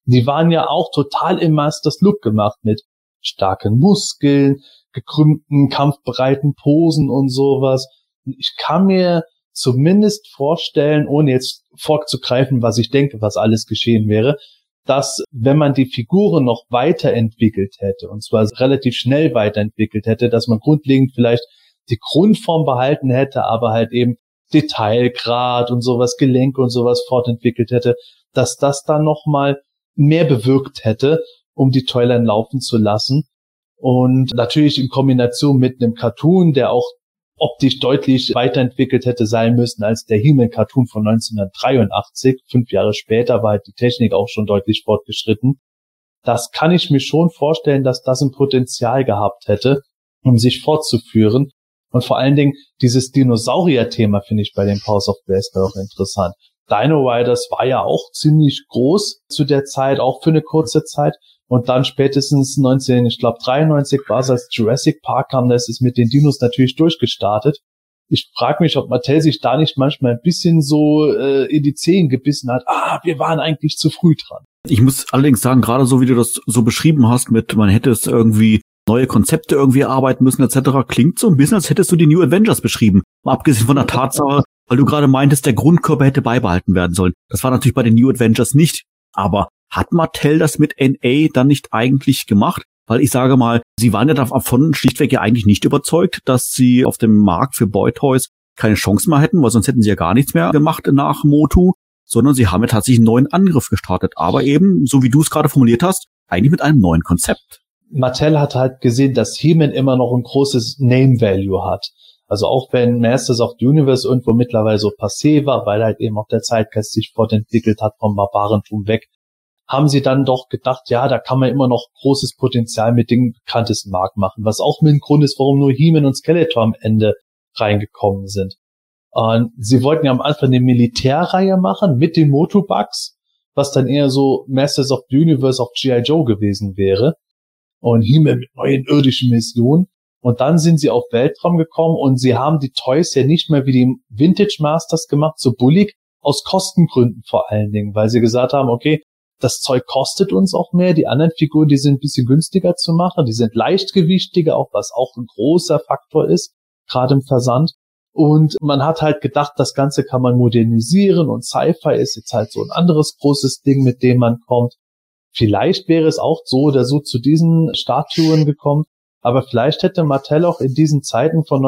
[SPEAKER 1] Die waren ja auch total im Masters Look gemacht mit starken Muskeln, gekrümmten, kampfbereiten Posen und sowas. Ich kann mir zumindest vorstellen, ohne jetzt vorzugreifen, was ich denke, was alles geschehen wäre, dass, wenn man die Figuren noch weiterentwickelt hätte, und zwar relativ schnell weiterentwickelt hätte, dass man grundlegend vielleicht die Grundform behalten hätte, aber halt eben Detailgrad und sowas, Gelenke und sowas fortentwickelt hätte, dass das dann nochmal mehr bewirkt hätte, um die Toyline laufen zu lassen. Und natürlich in Kombination mit einem Cartoon, der auch optisch deutlich weiterentwickelt hätte sein müssen als der He-Man-Cartoon von 1983. 5 Jahre später war halt die Technik auch schon deutlich fortgeschritten. Das kann ich mir schon vorstellen, dass das ein Potenzial gehabt hätte, um sich fortzuführen. Und vor allen Dingen dieses Dinosaurier-Thema finde ich bei den Powers of Grayskull auch interessant. Dino Riders war ja auch ziemlich groß zu der Zeit, auch für eine kurze Zeit. Und dann spätestens 1993 war es, als Jurassic Park kam, da ist es mit den Dinos natürlich durchgestartet. Ich frage mich, ob Mattel sich da nicht manchmal ein bisschen so in die Zehen gebissen hat. Wir waren eigentlich zu früh dran.
[SPEAKER 4] Ich muss allerdings sagen, gerade so wie du das so beschrieben hast, mit man hätte es irgendwie neue Konzepte irgendwie arbeiten müssen etc., klingt so ein bisschen, als hättest du die New Avengers beschrieben. Mal abgesehen von der Tatsache, weil du gerade meintest, der Grundkörper hätte beibehalten werden sollen. Das war natürlich bei den New Avengers nicht. Aber hat Mattel das mit NA dann nicht eigentlich gemacht? Weil ich sage mal, sie waren ja davon schlichtweg ja eigentlich nicht überzeugt, dass sie auf dem Markt für Boy Toys keine Chance mehr hätten, weil sonst hätten sie ja gar nichts mehr gemacht nach Motu, sondern sie haben ja tatsächlich einen neuen Angriff gestartet. Aber eben, so wie du es gerade formuliert hast, eigentlich mit einem neuen Konzept.
[SPEAKER 1] Mattel hat halt gesehen, dass He-Man immer noch ein großes Name-Value hat. Also auch wenn Masters of the Universe irgendwo mittlerweile so passé war, weil halt eben auch der Zeitgeist sich fortentwickelt hat vom Barbarentum weg, haben sie dann doch gedacht, ja, da kann man immer noch großes Potenzial mit dem bekanntesten Markt machen, was auch mit dem Grund ist, warum nur He-Man und Skeletor am Ende reingekommen sind. Und sie wollten ja am Anfang eine Militärreihe machen mit den Motu-Bugs, was dann eher so Masters of the Universe of G.I. Joe gewesen wäre. Und He-Man mit neuen irdischen Missionen. Und dann sind sie auf Weltraum gekommen und sie haben die Toys ja nicht mehr wie die Vintage Masters gemacht, so bullig, aus Kostengründen vor allen Dingen, weil sie gesagt haben, okay, das Zeug kostet uns auch mehr, die anderen Figuren, die sind ein bisschen günstiger zu machen, die sind leichtgewichtiger, auch was auch ein großer Faktor ist, gerade im Versand. Und man hat halt gedacht, das Ganze kann man modernisieren und Sci-Fi ist jetzt halt so ein anderes großes Ding, mit dem man kommt. Vielleicht wäre es auch so oder so zu diesen Statuen gekommen, aber vielleicht hätte Mattel auch in diesen Zeiten von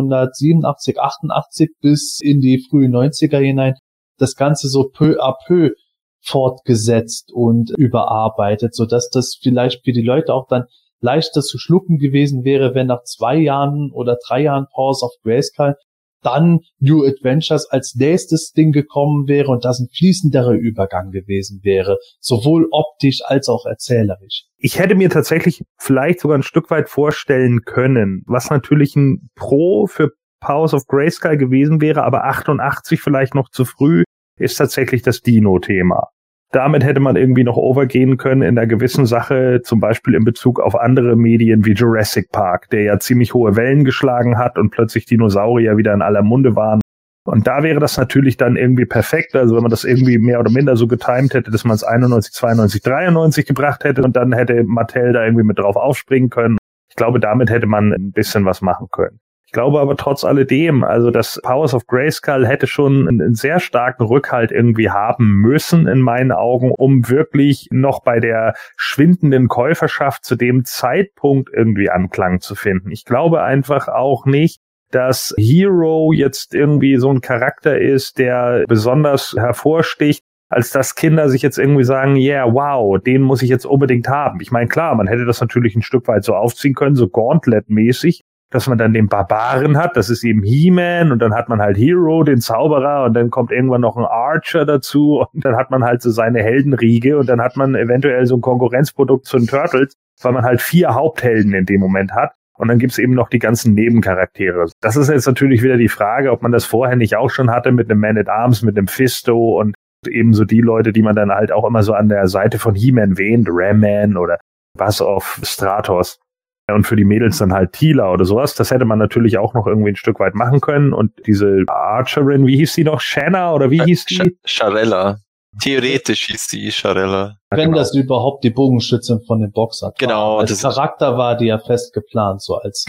[SPEAKER 1] 1987, 88 bis in die frühen 90er hinein das Ganze so peu à peu fortgesetzt und überarbeitet, sodass das vielleicht für die Leute auch dann leichter zu schlucken gewesen wäre, wenn nach 2 Jahren oder 3 Jahren Powers of Grayskull dann New Adventures als nächstes Ding gekommen wäre und das ein fließenderer Übergang gewesen wäre, sowohl optisch als auch erzählerisch.
[SPEAKER 3] Ich hätte mir tatsächlich vielleicht sogar ein Stück weit vorstellen können, was natürlich ein Pro für Powers of Grayskull gewesen wäre, aber 88 vielleicht noch zu früh, ist tatsächlich das Dino-Thema. Damit hätte man irgendwie noch overgehen können in einer gewissen Sache, zum Beispiel in Bezug auf andere Medien wie Jurassic Park, der ja ziemlich hohe Wellen geschlagen hat und plötzlich Dinosaurier wieder in aller Munde waren. Und da wäre das natürlich dann irgendwie perfekt, also wenn man das irgendwie mehr oder minder so getimt hätte, dass man es 91, 92, 93 gebracht hätte und dann hätte Mattel da irgendwie mit drauf aufspringen können. Ich glaube, damit hätte man ein bisschen was machen können. Ich glaube aber trotz alledem, also das Powers of Grayskull hätte schon einen sehr starken Rückhalt irgendwie haben müssen in meinen Augen, um wirklich noch bei der schwindenden Käuferschaft zu dem Zeitpunkt irgendwie Anklang zu finden. Ich glaube einfach auch nicht, dass Hero jetzt irgendwie so ein Charakter ist, der besonders hervorsticht, als dass Kinder sich jetzt irgendwie sagen, yeah, wow, den muss ich jetzt unbedingt haben. Ich meine, klar, man hätte das natürlich ein Stück weit so aufziehen können, so Gauntlet-mäßig, dass man dann den Barbaren hat, das ist eben He-Man und dann hat man halt Hero, den Zauberer und dann kommt irgendwann noch ein Archer dazu und dann hat man halt so seine Heldenriege und dann hat man eventuell so ein Konkurrenzprodukt zu den Turtles, weil man halt 4 Haupthelden in dem Moment hat und dann gibt's eben noch die ganzen Nebencharaktere. Das ist jetzt natürlich wieder die Frage, ob man das vorher nicht auch schon hatte mit einem Man-at-Arms, mit einem Fisto und eben so die Leute, die man dann halt auch immer so an der Seite von He-Man wähnt, Ram-Man oder Buzz of Stratos. Und für die Mädels dann halt Teela oder sowas. Das hätte man natürlich auch noch irgendwie ein Stück weit machen können. Und diese Archerin, wie hieß die noch? Shanna oder wie hieß die?
[SPEAKER 2] Sharella. Theoretisch hieß sie Sharella.
[SPEAKER 1] Wenn das überhaupt die Bogenschützin von den Boxern
[SPEAKER 2] genau,
[SPEAKER 1] war. Als Charakter war die ja fest geplant, so als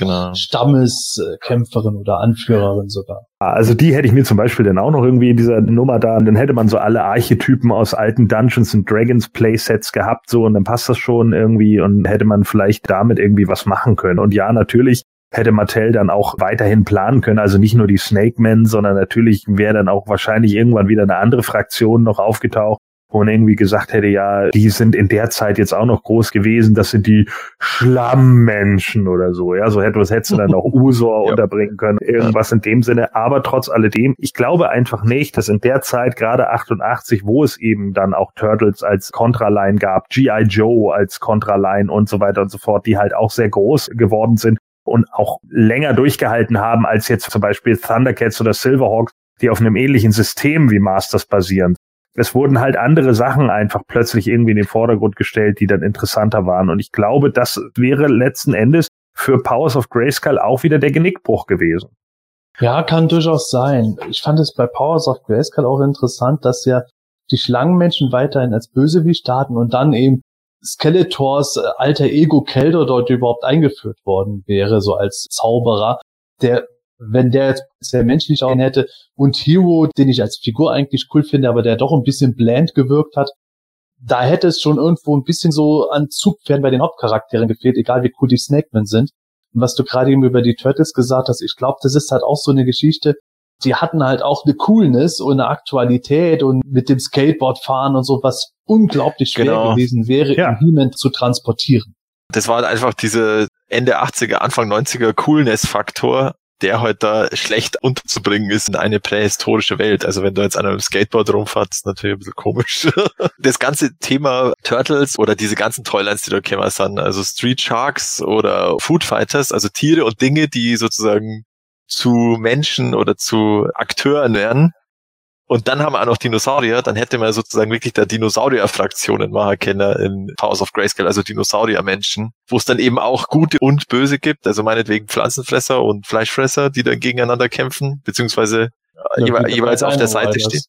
[SPEAKER 1] Stammeskämpferin oder Anführerin sogar.
[SPEAKER 3] Also die hätte ich mir zum Beispiel dann auch noch irgendwie in dieser Nummer da, und dann hätte man so alle Archetypen aus alten Dungeons and Dragons Playsets gehabt, so, und dann passt das schon irgendwie, und hätte man vielleicht damit irgendwie was machen können. Und ja, natürlich hätte Mattel dann auch weiterhin planen können, also nicht nur die Snake Men, sondern natürlich wäre dann auch wahrscheinlich irgendwann wieder eine andere Fraktion noch aufgetaucht, wo man irgendwie gesagt hätte, ja, die sind in der Zeit jetzt auch noch groß gewesen, das sind die Schlammmenschen oder so, ja, so hättest du dann noch Usor unterbringen können, irgendwas in dem Sinne, aber trotz alledem, ich glaube einfach nicht, dass in der Zeit, gerade 88, wo es eben dann auch Turtles als Kontraline gab, G.I. Joe als Kontraline und so weiter und so fort, die halt auch sehr groß geworden sind und auch länger durchgehalten haben als jetzt zum Beispiel Thundercats oder Silverhawks, die auf einem ähnlichen System wie Masters basieren. Es wurden halt andere Sachen einfach plötzlich irgendwie in den Vordergrund gestellt, die dann interessanter waren. Und ich glaube, das wäre letzten Endes für Powers of Grayskull auch wieder der Genickbruch gewesen.
[SPEAKER 1] Ja, kann durchaus sein. Ich fand es bei Powers of Grayskull auch interessant, dass ja die Schlangenmenschen weiterhin als Bösewicht hatten und dann eben Skeletors alter Ego Keldor dort überhaupt eingeführt worden wäre, so als Zauberer, der, wenn der jetzt sehr menschlich auch hätte, und Hero, den ich als Figur eigentlich cool finde, aber der doch ein bisschen bland gewirkt hat, da hätte es schon irgendwo ein bisschen so an Zugpferden bei den Hauptcharakteren gefehlt, egal wie cool die Snakemen sind. Und was du gerade eben über die Turtles gesagt hast, ich glaube, das ist halt auch so eine Geschichte, die hatten halt auch eine Coolness und eine Aktualität und mit dem Skateboard fahren und so, was unglaublich schwer gewesen wäre, im He-Man zu transportieren.
[SPEAKER 2] Das war halt einfach diese Ende 80er, Anfang 90er Coolness-Faktor, der halt da schlecht unterzubringen ist in eine prähistorische Welt. Also wenn du jetzt an einem Skateboard rumfährst, ist natürlich ein bisschen komisch. Das ganze Thema Turtles oder diese ganzen Toylines, die da gekommen sind, also Street Sharks oder Food Fighters, also Tiere und Dinge, die sozusagen zu Menschen oder zu Akteuren werden. Und dann haben wir auch noch Dinosaurier, dann hätte man sozusagen wirklich da Dinosaurier-Fraktionen machen können in Powers of Grayskull, also Dinosaurier-Menschen, wo es dann eben auch gute und böse gibt, also meinetwegen Pflanzenfresser und Fleischfresser, die dann gegeneinander kämpfen, beziehungsweise jeweils auf der Seite stehen.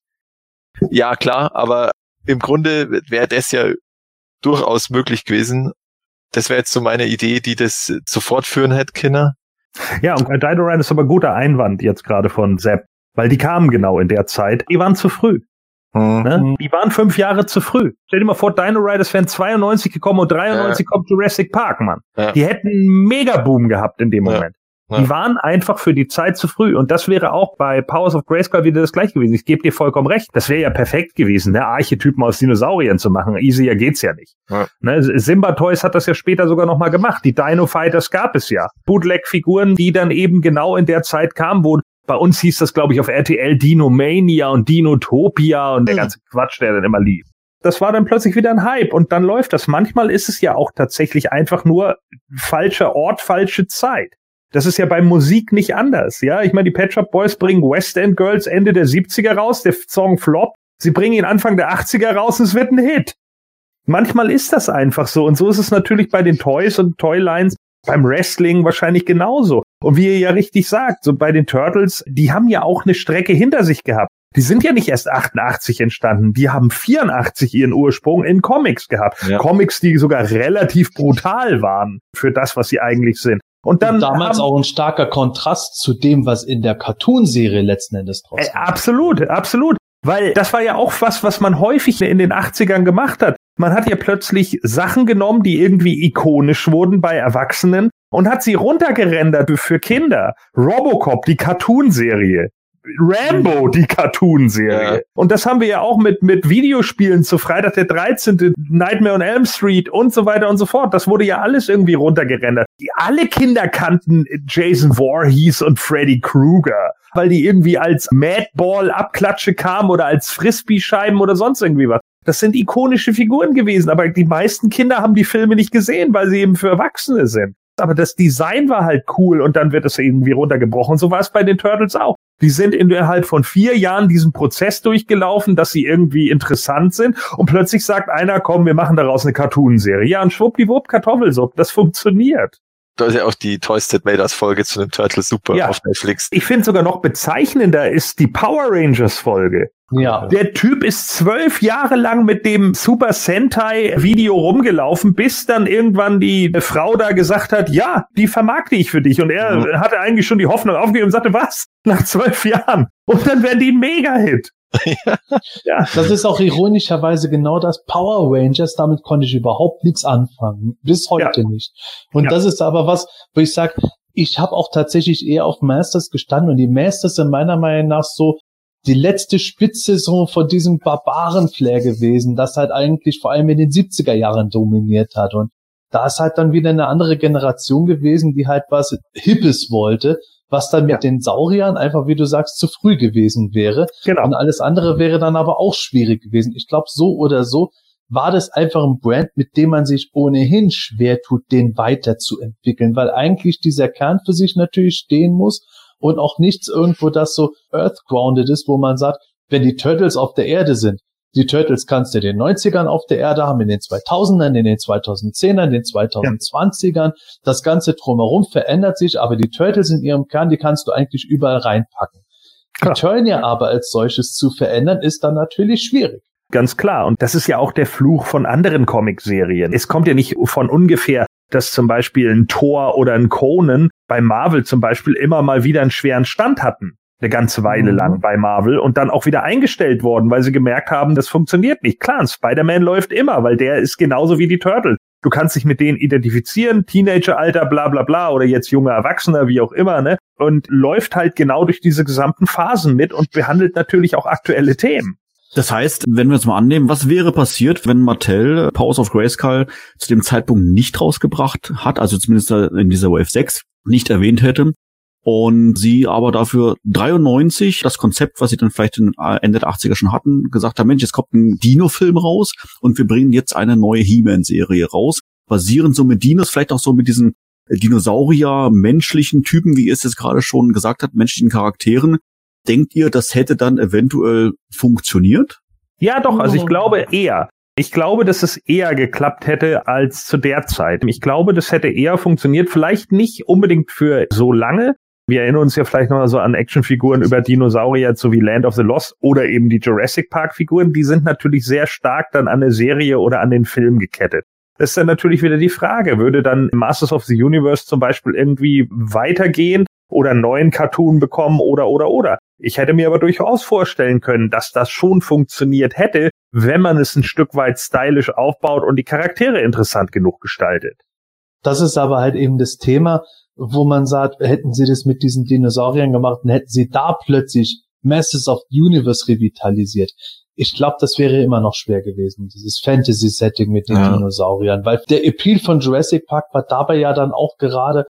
[SPEAKER 2] Ja, klar, aber im Grunde wäre das ja durchaus möglich gewesen. Das wäre jetzt so meine Idee, die das zu fortführen hätte können.
[SPEAKER 3] Ja, und Dino-Ride ist aber ein guter Einwand jetzt gerade von Sepp, weil die kamen genau in der Zeit. Die waren zu früh. Ne? Die waren 5 Jahre zu früh. Stell dir mal vor, Dino-Riders wären 92 gekommen und 93 kommt Jurassic Park, Mann. Ja. Die hätten einen Megaboom gehabt in dem Moment. Ja. Die waren einfach für die Zeit zu früh. Und das wäre auch bei Powers of Grayskull wieder das gleiche gewesen. Ich gebe dir vollkommen recht. Das wäre ja perfekt gewesen, ne? Archetypen aus Dinosauriern zu machen. Easier geht's ja nicht. Ja. Ne? Simba Toys hat das ja später sogar nochmal gemacht. Die Dino Fighters gab es ja. Bootleg-Figuren, die dann eben genau in der Zeit kamen, wo bei uns hieß das, glaube ich, auf RTL Dinomania und Dinotopia und der ganze Quatsch, der dann immer lief. Das war dann plötzlich wieder ein Hype und dann läuft das. Manchmal ist es ja auch tatsächlich einfach nur falscher Ort, falsche Zeit. Das ist ja bei Musik nicht anders, ja. Ich meine, die Pet Shop Boys bringen West End Girls Ende der 70er raus, der Song floppt. Sie bringen ihn Anfang der 80er raus und es wird ein Hit. Manchmal ist das einfach so. Und so ist es natürlich bei den Toys und Toylines, beim Wrestling wahrscheinlich genauso. Und wie ihr ja richtig sagt, so bei den Turtles, die haben ja auch eine Strecke hinter sich gehabt. Die sind ja nicht erst 88 entstanden. Die haben 84 ihren Ursprung in Comics gehabt. Ja. Comics, die sogar relativ brutal waren für das, was sie eigentlich sind. Und dann
[SPEAKER 1] damals auch ein starker Kontrast zu dem, was in der Cartoon-Serie letzten Endes draus kam.
[SPEAKER 3] Absolut, absolut. Weil das war ja auch was man häufig in den 80ern gemacht hat. Man hat ja plötzlich Sachen genommen, die irgendwie ikonisch wurden bei Erwachsenen und hat sie runtergerendert für Kinder. Robocop, die Cartoon-Serie. Rambo, die Cartoon-Serie. Ja. Und das haben wir ja auch mit Videospielen zu Freitag der 13., Nightmare on Elm Street und so weiter und so fort. Das wurde ja alles irgendwie runtergerendert. Alle Kinder kannten Jason Voorhees und Freddy Krueger, weil die irgendwie als Madball-Abklatsche kamen oder als Frisbee-Scheiben oder sonst irgendwie was. Das sind ikonische Figuren gewesen, aber die meisten Kinder haben die Filme nicht gesehen, weil sie eben für Erwachsene sind. Aber das Design war halt cool und dann wird es irgendwie runtergebrochen. So war es bei den Turtles auch. Die sind innerhalb von 4 Jahren diesen Prozess durchgelaufen, dass sie irgendwie interessant sind und plötzlich sagt einer, komm, wir machen daraus eine Cartoon-Serie. Ja, und schwuppdiwupp, Kartoffelsuppe, das funktioniert.
[SPEAKER 2] Da ist ja auch die Twisted Maders Folge zu den Turtles super auf Netflix.
[SPEAKER 3] Ich finde sogar noch bezeichnender ist die Power Rangers Folge.
[SPEAKER 1] Ja.
[SPEAKER 3] Der Typ ist 12 Jahre lang mit dem Super Sentai Video rumgelaufen, bis dann irgendwann die Frau da gesagt hat, ja, die vermarkte ich für dich. Und er hatte eigentlich schon die Hoffnung aufgegeben und sagte, was? Nach 12 Jahren. Und dann werden die ein Mega-Hit.
[SPEAKER 1] Ja. Das ist auch ironischerweise genau das Power Rangers. Damit konnte ich überhaupt nichts anfangen. Bis heute nicht. Und das ist aber was, wo ich sage, ich habe auch tatsächlich eher auf Masters gestanden. Und die Masters sind meiner Meinung nach so die letzte Spitze so von diesem Barbaren-Flair gewesen, das halt eigentlich vor allem in den 70er Jahren dominiert hat. Und da ist halt dann wieder eine andere Generation gewesen, die halt was Hippes wollte, was dann mit den Sauriern einfach, wie du sagst, zu früh gewesen wäre. Genau. Und alles andere wäre dann aber auch schwierig gewesen. Ich glaube, so oder so war das einfach ein Brand, mit dem man sich ohnehin schwer tut, den weiterzuentwickeln, weil eigentlich dieser Kern für sich natürlich stehen muss und auch nichts irgendwo, das so earth-grounded ist, wo man sagt, wenn die Turtles auf der Erde sind, die Turtles kannst du in den 90ern auf der Erde haben, in den 2000ern, in den 2010ern, in den 2020ern. Das Ganze drumherum verändert sich, aber die Turtles in ihrem Kern, die kannst du eigentlich überall reinpacken. Die Eternia aber als solches zu verändern, ist dann natürlich schwierig.
[SPEAKER 3] Ganz klar. Und das ist ja auch der Fluch von anderen Comic-Serien. Es kommt ja nicht von ungefähr, dass zum Beispiel ein Thor oder ein Conan bei Marvel zum Beispiel immer mal wieder einen schweren Stand hatten. Eine ganze Weile lang bei Marvel und dann auch wieder eingestellt worden, weil sie gemerkt haben, das funktioniert nicht. Klar, ein Spider-Man läuft immer, weil der ist genauso wie die Turtles. Du kannst dich mit denen identifizieren, Teenageralter, bla bla bla, oder jetzt junger Erwachsener, wie auch immer, ne? Und läuft halt genau durch diese gesamten Phasen mit und behandelt natürlich auch aktuelle Themen.
[SPEAKER 4] Das heißt, wenn wir jetzt mal annehmen, was wäre passiert, wenn Mattel Powers of Grayskull zu dem Zeitpunkt nicht rausgebracht hat, also zumindest in dieser Wave 6 nicht erwähnt hätte, und sie aber dafür 93 das Konzept, was sie dann vielleicht Ende der 80er schon hatten, gesagt haben, Mensch, jetzt kommt ein Dino-Film raus und wir bringen jetzt eine neue He-Man-Serie raus, basierend so mit Dinos, vielleicht auch so mit diesen Dinosaurier-menschlichen Typen, wie ihr es jetzt gerade schon gesagt habt, menschlichen Charakteren. Denkt ihr, das hätte dann eventuell funktioniert?
[SPEAKER 3] Ja, doch, also ich glaube eher. Ich glaube, dass es eher geklappt hätte als zu der Zeit. Ich glaube, das hätte eher funktioniert, vielleicht nicht unbedingt für so lange. Wir erinnern uns ja vielleicht noch mal so an Actionfiguren über Dinosaurier, so wie Land of the Lost oder eben die Jurassic Park Figuren. Die sind natürlich sehr stark dann an eine Serie oder an den Film gekettet. Das ist dann natürlich wieder die Frage, würde dann Masters of the Universe zum Beispiel irgendwie weitergehen oder einen neuen Cartoon bekommen oder. Ich hätte mir aber durchaus vorstellen können, dass das schon funktioniert hätte, wenn man es ein Stück weit stylisch aufbaut und die Charaktere interessant genug gestaltet.
[SPEAKER 1] Das ist aber halt eben das Thema, wo man sagt, hätten sie das mit diesen Dinosauriern gemacht, dann hätten sie da plötzlich Masters of the Universe revitalisiert. Ich glaube, das wäre immer noch schwer gewesen, dieses Fantasy-Setting mit den Dinosauriern, weil der Appeal von Jurassic Park war dabei ja dann auch gerade,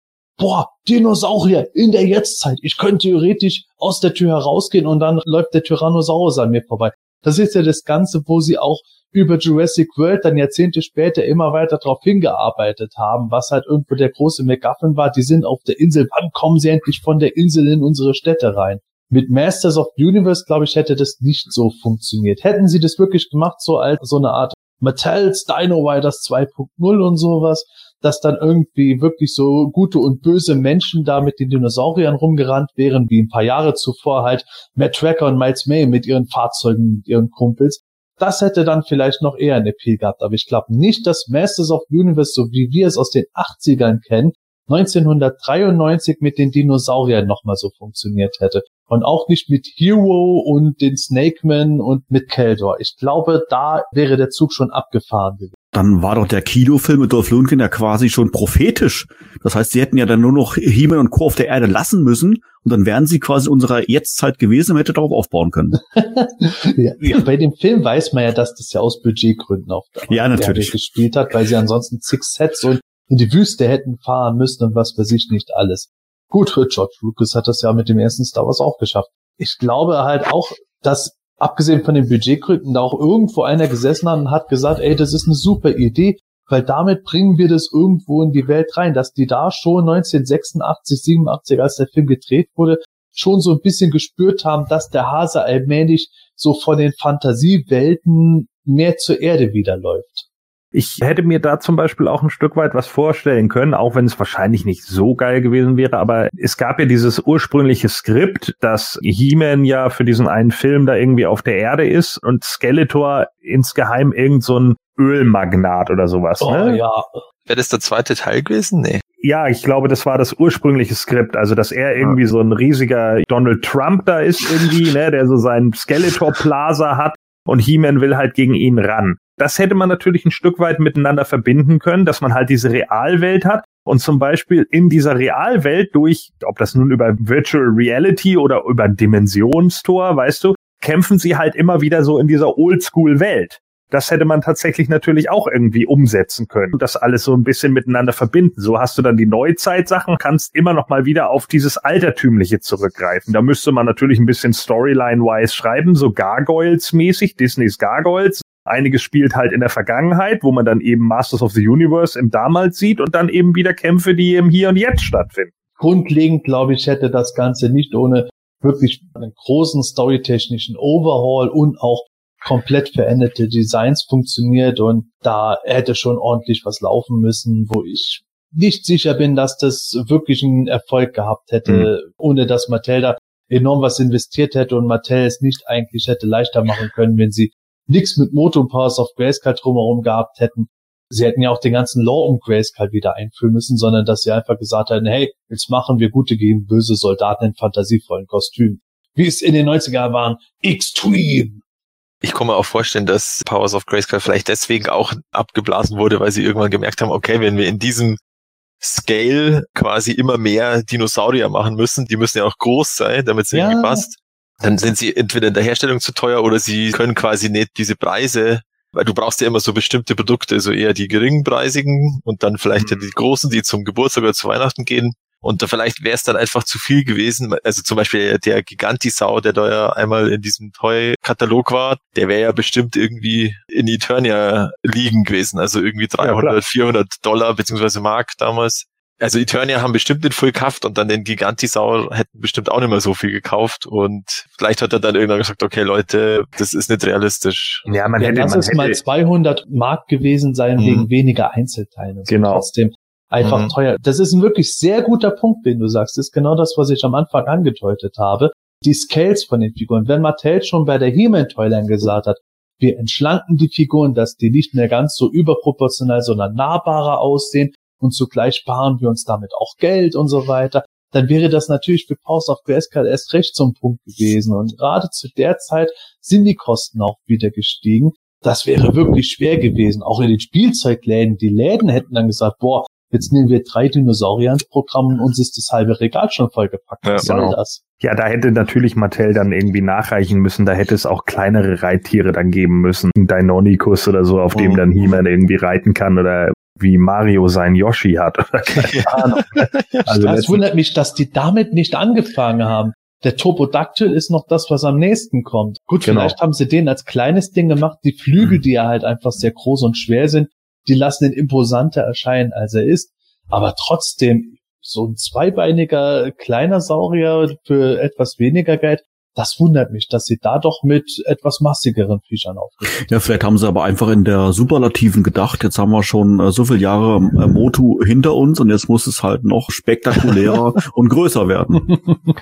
[SPEAKER 1] Dinosaurier in der Jetztzeit. Ich könnte theoretisch aus der Tür herausgehen und dann läuft der Tyrannosaurus an mir vorbei. Das ist ja das Ganze, wo sie auch über Jurassic World dann Jahrzehnte später immer weiter darauf hingearbeitet haben, was halt irgendwo der große MacGuffin war. Die sind auf der Insel. Wann kommen sie endlich von der Insel in unsere Städte rein? Mit Masters of the Universe, glaube ich, hätte das nicht so funktioniert. Hätten sie das wirklich gemacht, so als so eine Art Mattel's Dino Riders 2.0 und sowas, dass dann irgendwie wirklich so gute und böse Menschen da mit den Dinosauriern rumgerannt wären, wie ein paar Jahre zuvor halt Matt Tracker und Miles May mit ihren Fahrzeugen, mit ihren Kumpels. Das hätte dann vielleicht noch eher einen Appeal gehabt. Aber ich glaube nicht, dass Masters of the Universe, so wie wir es aus den 80ern kennen, 1993 mit den Dinosauriern nochmal so funktioniert hätte. Und auch nicht mit Hero und den Snakeman und mit Keldor. Ich glaube, da wäre der Zug schon abgefahren gewesen.
[SPEAKER 4] Dann war doch der Kinofilm mit Dolph Lundgren ja quasi schon prophetisch. Das heißt, sie hätten ja dann nur noch He-Man und Co. auf der Erde lassen müssen und dann wären sie quasi in unserer Jetztzeit gewesen und hätte darauf aufbauen können.
[SPEAKER 1] Ja, bei dem Film weiß man ja, dass das ja aus Budgetgründen auf der
[SPEAKER 4] Erde
[SPEAKER 1] gespielt hat, weil sie ansonsten zig Sets und in die Wüste hätten fahren müssen und was weiß ich nicht alles. Gut, George Lucas hat das ja mit dem ersten Star Wars auch geschafft. Ich glaube halt auch, dass abgesehen von den Budgetgründen da auch irgendwo einer gesessen hat und hat gesagt, ey, das ist eine super Idee, weil damit bringen wir das irgendwo in die Welt rein, dass die da schon 1986, 87, als der Film gedreht wurde, schon so ein bisschen gespürt haben, dass der Hase allmählich so von den Fantasiewelten mehr zur Erde wieder läuft.
[SPEAKER 3] Ich hätte mir da zum Beispiel auch ein Stück weit was vorstellen können, auch wenn es wahrscheinlich nicht so geil gewesen wäre, aber es gab ja dieses ursprüngliche Skript, dass He-Man ja für diesen einen Film da irgendwie auf der Erde ist und Skeletor insgeheim irgend so ein Ölmagnat oder sowas. Ne?
[SPEAKER 1] Ja.
[SPEAKER 2] Wäre das der zweite Teil gewesen? Nee.
[SPEAKER 3] Ja, ich glaube, das war das ursprüngliche Skript, also dass er irgendwie so ein riesiger Donald Trump da ist irgendwie, ne, der so seinen Skeletor Plaza hat und He-Man will halt gegen ihn ran. Das hätte man natürlich ein Stück weit miteinander verbinden können, dass man halt diese Realwelt hat und zum Beispiel in dieser Realwelt durch, ob das nun über Virtual Reality oder über Dimensionstor, weißt du, kämpfen sie halt immer wieder so in dieser Oldschool-Welt. Das hätte man tatsächlich natürlich auch irgendwie umsetzen können. Das alles so ein bisschen miteinander verbinden. So hast du dann die Neuzeitsachen, kannst immer noch mal wieder auf dieses Altertümliche zurückgreifen. Da müsste man natürlich ein bisschen Storyline-wise schreiben, so Gargoyles-mäßig, Disneys Gargoyles. Einiges spielt halt in der Vergangenheit, wo man dann eben Masters of the Universe im Damals sieht und dann eben wieder Kämpfe, die im Hier und Jetzt stattfinden.
[SPEAKER 1] Grundlegend, glaube ich, hätte das Ganze nicht ohne wirklich einen großen storytechnischen Overhaul und auch komplett veränderte Designs funktioniert und da hätte schon ordentlich was laufen müssen, wo ich nicht sicher bin, dass das wirklich einen Erfolg gehabt hätte, ohne dass Mattel da enorm was investiert hätte und Mattel es nicht eigentlich hätte leichter machen können, wenn sie nichts mit Moto und Powers of Grayskull drumherum gehabt hätten. Sie hätten ja auch den ganzen Lore um Grayskull wieder einführen müssen, sondern dass sie einfach gesagt hätten, hey, jetzt machen wir gute gegen böse Soldaten in fantasievollen Kostümen. Wie es in den 90er waren, extrem.
[SPEAKER 2] Ich kann mir auch vorstellen, dass Powers of Grayskull vielleicht deswegen auch abgeblasen wurde, weil sie irgendwann gemerkt haben, okay, wenn wir in diesem Scale quasi immer mehr Dinosaurier machen müssen, die müssen ja auch groß sein, damit es irgendwie passt, dann sind sie entweder in der Herstellung zu teuer oder sie können quasi nicht diese Preise, weil du brauchst ja immer so bestimmte Produkte, so eher die geringpreisigen und dann vielleicht die großen, die zum Geburtstag oder zu Weihnachten gehen. Und da vielleicht wäre es dann einfach zu viel gewesen. Also zum Beispiel der Gigantisau, der da ja einmal in diesem Toy-Katalog war, der wäre ja bestimmt irgendwie in Eternia liegen gewesen. Also irgendwie 300, $400 beziehungsweise Mark damals. Also Eternia haben bestimmt nicht voll gekauft und dann den Gigantisau hätten bestimmt auch nicht mehr so viel gekauft. Und vielleicht hat er dann irgendwann gesagt, okay Leute, das ist nicht realistisch.
[SPEAKER 3] Ja,
[SPEAKER 1] lass es mal 200 Mark gewesen sein wegen weniger Einzelteile.
[SPEAKER 3] Genau.
[SPEAKER 1] Trotzdem einfach teuer. Das ist ein wirklich sehr guter Punkt, den du sagst. Das ist genau das, was ich am Anfang angedeutet habe. Die Scales von den Figuren. Wenn Mattel schon bei der He-Man Toyline gesagt hat, wir entschlanken die Figuren, dass die nicht mehr ganz so überproportional, sondern nahbarer aussehen und zugleich sparen wir uns damit auch Geld und so weiter, dann wäre das natürlich für Powers of Grayskull erst recht so ein Punkt gewesen. Und gerade zu der Zeit sind die Kosten auch wieder gestiegen. Das wäre wirklich schwer gewesen. Auch in den Spielzeugläden. Die Läden hätten dann gesagt, boah, jetzt nehmen wir 3 Dinosaurier ins Programm und uns ist das halbe Regal schon vollgepackt. Was soll das?
[SPEAKER 3] Ja, da hätte natürlich Mattel dann irgendwie nachreichen müssen. Da hätte es auch kleinere Reittiere dann geben müssen. Ein Deinonychus oder so, auf dem dann He-Man irgendwie reiten kann oder wie Mario sein Yoshi hat. Oder keine Ahnung. Also
[SPEAKER 1] das wundert mich, dass die damit nicht angefangen haben. Der Turbodactyl ist noch das, was am nächsten kommt. Gut, vielleicht haben sie den als kleines Ding gemacht. Die Flügel, die ja halt einfach sehr groß und schwer sind, die lassen ihn imposanter erscheinen, als er ist. Aber trotzdem, so ein zweibeiniger kleiner Saurier für etwas weniger Geld, das wundert mich, dass sie da doch mit etwas massigeren Viechern aufgetreten.
[SPEAKER 4] Ja, vielleicht haben sie aber einfach in der Superlativen gedacht, jetzt haben wir schon so viele Jahre Motu hinter uns und jetzt muss es halt noch spektakulärer und größer werden.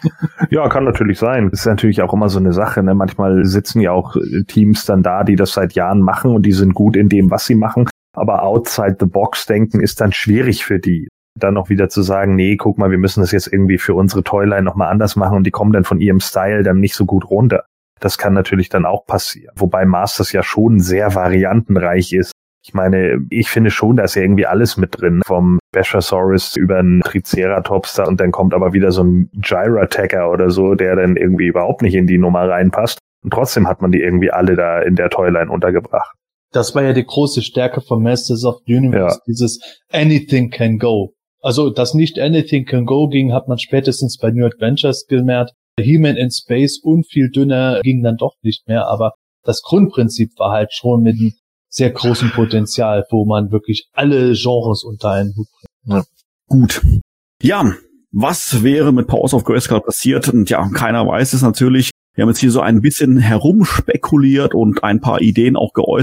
[SPEAKER 3] Ja, kann natürlich sein. Das ist natürlich auch immer so eine Sache, ne? Manchmal sitzen ja auch Teams dann da, die das seit Jahren machen und die sind gut in dem, was sie machen. Aber outside the box denken ist dann schwierig für die. Dann noch wieder zu sagen, nee, guck mal, wir müssen das jetzt irgendwie für unsere Toyline nochmal anders machen und die kommen dann von ihrem Style dann nicht so gut runter. Das kann natürlich dann auch passieren. Wobei Masters ja schon sehr variantenreich ist. Ich meine, ich finde schon, da ist ja irgendwie alles mit drin. Vom Bashasaurus über einen Triceratops da und dann kommt aber wieder so ein Gyrattacker oder so, der dann irgendwie überhaupt nicht in die Nummer reinpasst. Und trotzdem hat man die irgendwie alle da in der Toyline untergebracht.
[SPEAKER 1] Das war ja die große Stärke von Masters of the Universe, dieses Anything can go. Also, dass nicht Anything can go ging, hat man spätestens bei New Adventures gemerkt. He-Man in Space und viel dünner ging dann doch nicht mehr, aber das Grundprinzip war halt schon mit einem sehr großen Potenzial, wo man wirklich alle Genres unter einen Hut bringt.
[SPEAKER 4] Ja. Gut. Ja, was wäre mit Powers of Grayskull passiert? Und ja, keiner weiß es natürlich. Wir haben jetzt hier so ein bisschen herumspekuliert und ein paar Ideen auch geäußert.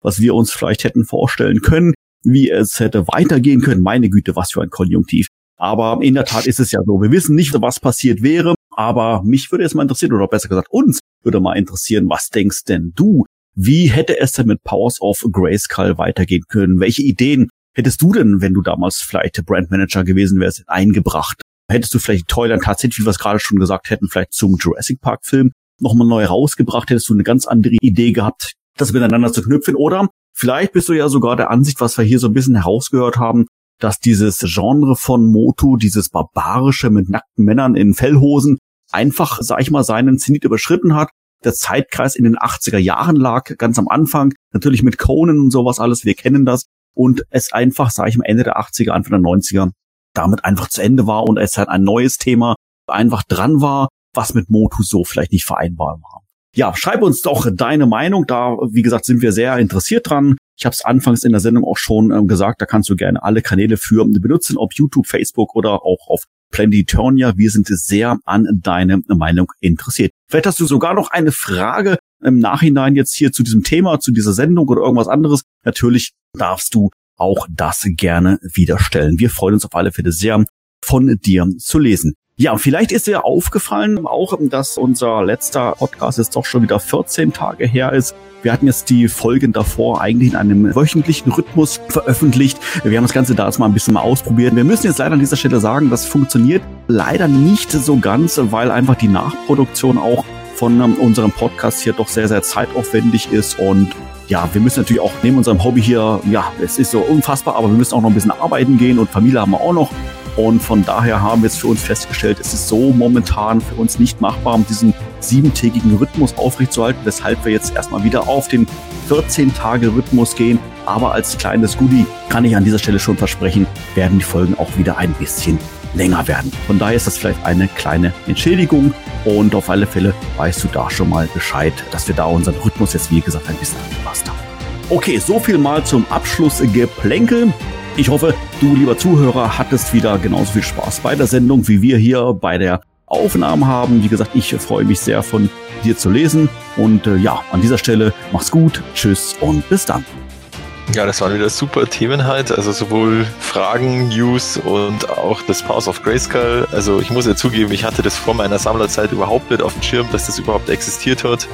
[SPEAKER 4] was wir uns vielleicht hätten vorstellen können, wie es hätte weitergehen können. Meine Güte, was für ein Konjunktiv. Aber in der Tat ist es ja so, wir wissen nicht, was passiert wäre, aber mich würde jetzt mal interessieren, oder besser gesagt uns würde mal interessieren, was denkst denn du? Wie hätte es denn mit Powers of Grayskull weitergehen können? Welche Ideen hättest du denn, wenn du damals vielleicht Brandmanager gewesen wärst, eingebracht? Hättest du vielleicht Toyland tatsächlich, wie wir es gerade schon gesagt hätten, vielleicht zum Jurassic Park Film nochmal neu rausgebracht? Hättest du eine ganz andere Idee gehabt, das miteinander zu knüpfen? Oder vielleicht bist du ja sogar der Ansicht, was wir hier so ein bisschen herausgehört haben, dass dieses Genre von Motu, dieses Barbarische mit nackten Männern in Fellhosen, einfach, sag ich mal, seinen Zenit überschritten hat. Der Zeitkreis in den 80er Jahren lag, ganz am Anfang, natürlich mit Conan und sowas alles, wir kennen das. Und es einfach, sag ich mal, Ende der 80er, Anfang der 90er damit einfach zu Ende war und es halt ein neues Thema einfach dran war, was mit Motu so vielleicht nicht vereinbar war. Ja, schreib uns doch deine Meinung, da, wie gesagt, sind wir sehr interessiert dran. Ich habe es anfangs in der Sendung auch schon gesagt, da kannst du gerne alle Kanäle für benutzen, ob YouTube, Facebook oder auch auf Planetonia. Wir sind sehr an deine Meinung interessiert. Vielleicht hast du sogar noch eine Frage im Nachhinein jetzt hier zu diesem Thema, zu dieser Sendung oder irgendwas anderes. Natürlich darfst du auch das gerne wieder stellen. Wir freuen uns auf alle Fälle sehr, von dir zu lesen. Ja, vielleicht ist dir aufgefallen auch, dass unser letzter Podcast jetzt doch schon wieder 14 Tage her ist. Wir hatten jetzt die Folgen davor eigentlich in einem wöchentlichen Rhythmus veröffentlicht. Wir haben das Ganze da jetzt mal ein bisschen ausprobiert. Wir müssen jetzt leider an dieser Stelle sagen, das funktioniert leider nicht so ganz, weil einfach die Nachproduktion auch von unserem Podcast hier doch sehr, sehr zeitaufwendig ist. Und ja, wir müssen natürlich auch neben unserem Hobby hier, ja, es ist so unfassbar, aber wir müssen auch noch ein bisschen arbeiten gehen und Familie haben wir auch noch. Und von daher haben wir jetzt für uns festgestellt, es ist so momentan für uns nicht machbar, um diesen 7-tägigen Rhythmus aufrechtzuerhalten, weshalb wir jetzt erstmal wieder auf den 14-Tage-Rhythmus gehen. Aber als kleines Goodie kann ich an dieser Stelle schon versprechen, werden die Folgen auch wieder ein bisschen länger werden. Von daher ist das vielleicht eine kleine Entschädigung und auf alle Fälle weißt du da schon mal Bescheid, dass wir da unseren Rhythmus jetzt, wie gesagt, ein bisschen angepasst haben. Okay, so viel mal zum Abschlussgeplänkel. Ich hoffe, du, lieber Zuhörer, hattest wieder genauso viel Spaß bei der Sendung, wie wir hier bei der Aufnahme haben. Wie gesagt, ich freue mich sehr, von dir zu lesen. Und ja, an dieser Stelle mach's gut, tschüss und bis dann.
[SPEAKER 2] Ja, das waren wieder super Themen halt, also sowohl Fragen, News und auch das Powers of Grayskull. Also ich muss ja zugeben, ich hatte das vor meiner Sammlerzeit überhaupt nicht auf dem Schirm, dass das überhaupt existiert hat.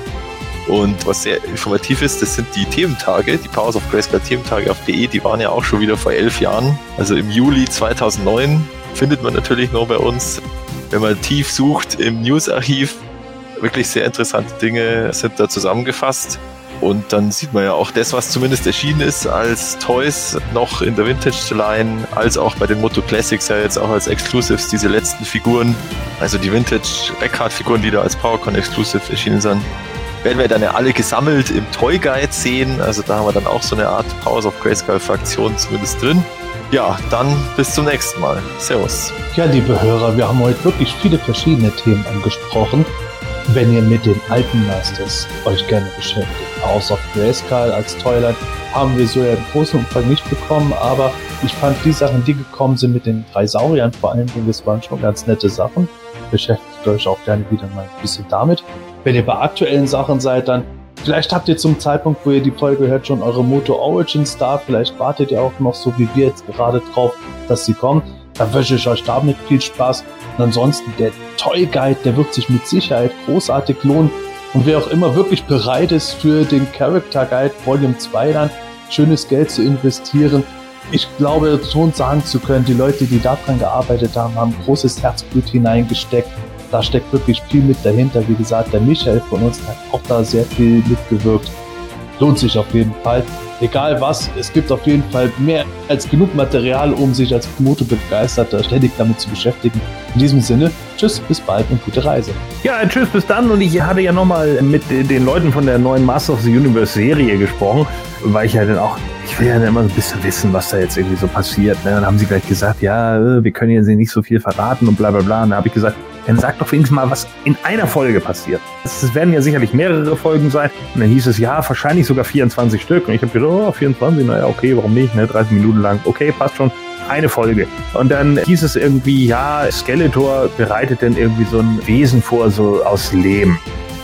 [SPEAKER 2] Und was sehr informativ ist, das sind die Thementage, die Powers of Grayskull Thementage auf DE, die waren ja auch schon wieder vor 11 Jahren. Also im Juli 2009 findet man natürlich noch bei uns, wenn man tief sucht im Newsarchiv, wirklich sehr interessante Dinge sind da zusammengefasst. Und dann sieht man ja auch das, was zumindest erschienen ist als Toys noch in der Vintage-Line, als auch bei den Moto Classics ja jetzt auch als Exclusives, diese letzten Figuren, also die Vintage-Backcard-Figuren, die da als PowerCon Exclusive erschienen sind, werden wir dann ja alle gesammelt im Toy Guide sehen. Also da haben wir dann auch so eine Art Powers of Grayskull-Fraktion zumindest drin. Ja, dann bis zum nächsten Mal. Servus.
[SPEAKER 1] Ja, liebe Hörer, wir haben heute wirklich viele verschiedene Themen angesprochen. Wenn ihr mit den alten Masters euch gerne beschäftigt, Powers of Grayskull als Toyland haben wir so ja im großen Umfang nicht bekommen, aber ich fand die Sachen, die gekommen sind mit den 3 Sauriern vor allen Dingen, das waren schon ganz nette Sachen. Beschäftigt euch auch gerne wieder mal ein bisschen damit. Wenn ihr bei aktuellen Sachen seid, dann vielleicht habt ihr zum Zeitpunkt, wo ihr die Folge hört, schon eure Moto Origins da. Vielleicht wartet ihr auch noch so wie wir jetzt gerade drauf, dass sie kommt. Dann wünsche ich euch damit viel Spaß. Und ansonsten, der Toy Guide, der wird sich mit Sicherheit großartig lohnen. Und wer auch immer wirklich bereit ist, für den Character Guide Volume 2 dann schönes Geld zu investieren, ich glaube schon sagen zu können, die Leute, die daran gearbeitet haben, haben großes Herzblut hineingesteckt. Da steckt wirklich viel mit dahinter. Wie gesagt, der Michael von uns hat auch da sehr viel mitgewirkt. Lohnt sich auf jeden Fall. Egal was, es gibt auf jeden Fall mehr als genug Material, um sich als Moto-Begeisterter ständig damit zu beschäftigen. In diesem Sinne, tschüss, bis bald und gute Reise.
[SPEAKER 3] Ja, tschüss, bis dann. Und ich hatte ja nochmal mit den Leuten von der neuen Master of the Universe Serie gesprochen, weil ich ja dann auch, ich will ja dann immer so ein bisschen wissen, was da jetzt irgendwie so passiert. Ne? Dann haben sie gleich gesagt, ja, wir können jetzt nicht so viel verraten und bla bla bla. Und da habe ich gesagt, dann sag doch wenigstens mal, was in einer Folge passiert. Es werden ja sicherlich mehrere Folgen sein. Und dann hieß es, ja, wahrscheinlich sogar 24 Stück. Und ich habe gedacht, oh, 24, naja, okay, warum nicht, ne? 30 Minuten lang, okay, passt schon. Eine Folge. Und dann hieß es irgendwie, ja, Skeletor bereitet dann irgendwie so ein Wesen vor, so aus Lehm.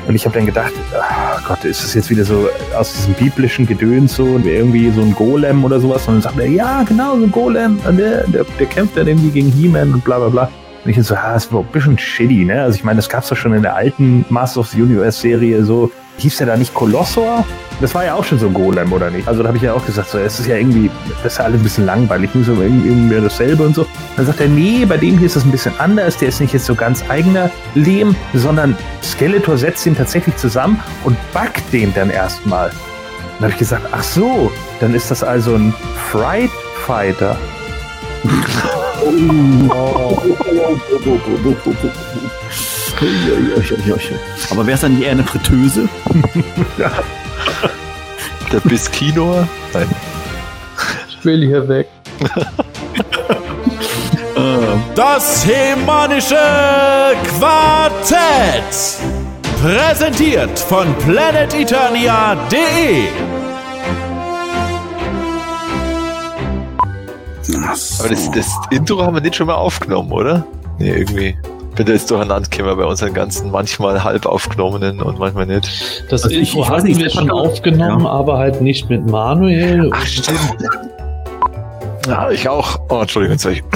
[SPEAKER 3] Und ich habe dann gedacht, oh Gott, ist das jetzt wieder so aus diesem biblischen Gedöns so, irgendwie so ein Golem oder sowas? Und dann sagt er, ja, genau, so ein Golem, der kämpft dann irgendwie gegen He-Man und bla bla bla. Und ich so, das war ein bisschen shitty, ne? Also ich meine, das gab's doch schon in der alten Masters of the Universe Serie so. Hieß der da nicht Kolossor? Das war ja auch schon so ein Golem, oder nicht? Also da habe ich ja auch gesagt, so, es ist ja irgendwie, das ist ja alles ein bisschen langweilig, nicht so irgendwie dasselbe und so. Dann sagt er, nee, bei dem hier ist das ein bisschen anders, der ist nicht jetzt so ganz eigener Lehm, sondern Skeletor setzt ihn tatsächlich zusammen und backt den dann erstmal. Dann habe ich gesagt, ach so, dann ist das also ein Fright Fighter.
[SPEAKER 4] Aber wäre es dann eher eine Fritteuse?
[SPEAKER 3] Ja.
[SPEAKER 2] Der Biskino? Nein.
[SPEAKER 1] Ich will hier weg.
[SPEAKER 6] Das Hemanische Quartett. Präsentiert von planeteternia.de.
[SPEAKER 2] Aber das Intro haben wir nicht schon mal aufgenommen, oder? Nee, irgendwie. Bin da jetzt durcheinander gekommen bei unseren ganzen manchmal halb aufgenommenen und manchmal nicht.
[SPEAKER 1] Das
[SPEAKER 4] Also
[SPEAKER 1] Intro
[SPEAKER 4] ich weiß
[SPEAKER 1] hatten
[SPEAKER 4] nicht,
[SPEAKER 1] wir
[SPEAKER 4] Stefan,
[SPEAKER 1] schon aufgenommen, aber halt nicht mit Manuel.
[SPEAKER 2] Ach, stimmt. Ja, ich auch. Oh, Entschuldigung, jetzt ich.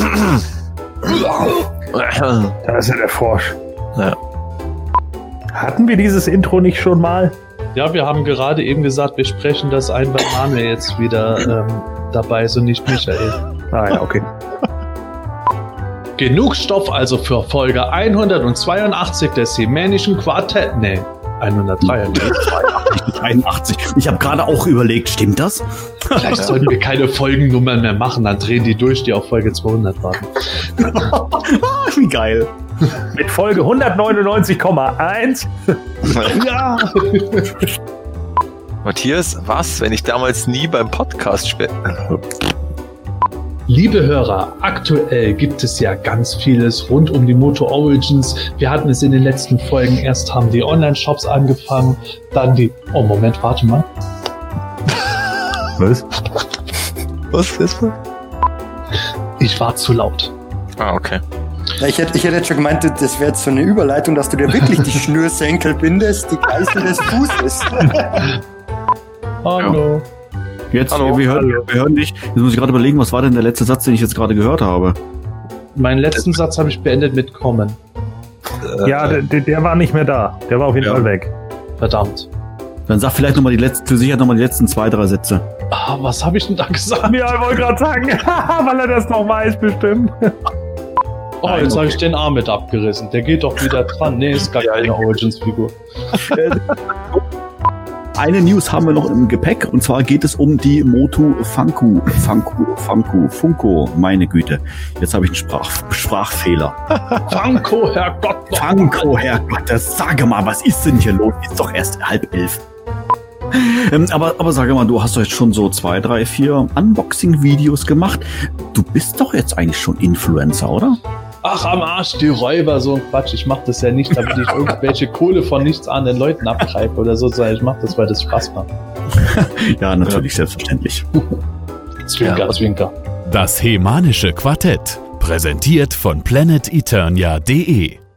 [SPEAKER 3] Da ist ja der Frosch.
[SPEAKER 2] Ja.
[SPEAKER 3] Hatten wir dieses Intro nicht schon mal?
[SPEAKER 1] Ja, wir haben gerade eben gesagt, wir sprechen das ein, weil Manuel jetzt wieder dabei ist und nicht Michael.
[SPEAKER 3] Ah ja, okay.
[SPEAKER 1] Genug Stoff also für Folge 182 des Hemänischen Quartett. Nee, 183.
[SPEAKER 4] 81. Ich habe gerade auch überlegt, stimmt das?
[SPEAKER 1] Vielleicht sollten wir keine Folgennummern mehr machen, dann drehen die durch, die auf Folge 200 warten.
[SPEAKER 4] Wie geil.
[SPEAKER 3] Mit Folge 199,1.
[SPEAKER 1] Ja!
[SPEAKER 2] Matthias, was, wenn ich damals nie beim Podcast
[SPEAKER 1] Liebe Hörer, aktuell gibt es ja ganz vieles rund um die Moto Origins. Wir hatten es in den letzten Folgen. Erst haben die Online-Shops angefangen, dann die... Oh, Moment, warte mal.
[SPEAKER 3] Was?
[SPEAKER 2] Was ist das?
[SPEAKER 1] Ich war zu laut.
[SPEAKER 2] Ah, okay.
[SPEAKER 7] Ja, ich hätte jetzt schon gemeint, das wäre jetzt so eine Überleitung, dass du dir wirklich die Schnürsenkel bindest, die Geißel des Fußes.
[SPEAKER 1] Hallo.
[SPEAKER 4] Jetzt,
[SPEAKER 2] Hallo.
[SPEAKER 4] wir hören dich. Jetzt muss ich gerade überlegen, was war denn der letzte Satz, den ich jetzt gerade gehört habe?
[SPEAKER 1] Meinen letzten Satz habe ich beendet mit kommen.
[SPEAKER 3] Ja, der war nicht mehr da. Der war auf jeden Fall weg.
[SPEAKER 1] Verdammt.
[SPEAKER 4] Dann sag vielleicht nochmal zur Sicherheit nochmal die letzten 2-3 Sätze.
[SPEAKER 1] Ah, was habe ich denn da gesagt?
[SPEAKER 3] Ja, ich wollte gerade sagen, weil er das noch weiß bestimmt.
[SPEAKER 1] Oh, jetzt habe ich den Arm mit abgerissen. Der geht doch wieder dran. Nee, ist gar keine Origins-Figur.
[SPEAKER 4] Eine News haben wir noch im Gepäck, und zwar geht es um die Motu Funko, meine Güte. Jetzt habe ich einen Sprachfehler.
[SPEAKER 1] Funko, Herrgott.
[SPEAKER 4] Funko, Herrgott, sage mal, was ist denn hier los? Ist doch erst 10:30. Aber sage mal, du hast doch jetzt schon so 2, 3, 4 Unboxing-Videos gemacht. Du bist doch jetzt eigentlich schon Influencer, oder?
[SPEAKER 1] Ach, am Arsch, die Räuber, so ein Quatsch. Ich mach das ja nicht, damit ich irgendwelche Kohle von nichts ahnenden Leuten abgreife oder so, sondern ich mach das, weil das Spaß macht.
[SPEAKER 4] Ja, natürlich, selbstverständlich.
[SPEAKER 1] Zwinker, Zwinker.
[SPEAKER 6] Das Hemanische Quartett. Präsentiert von planeteternia.de.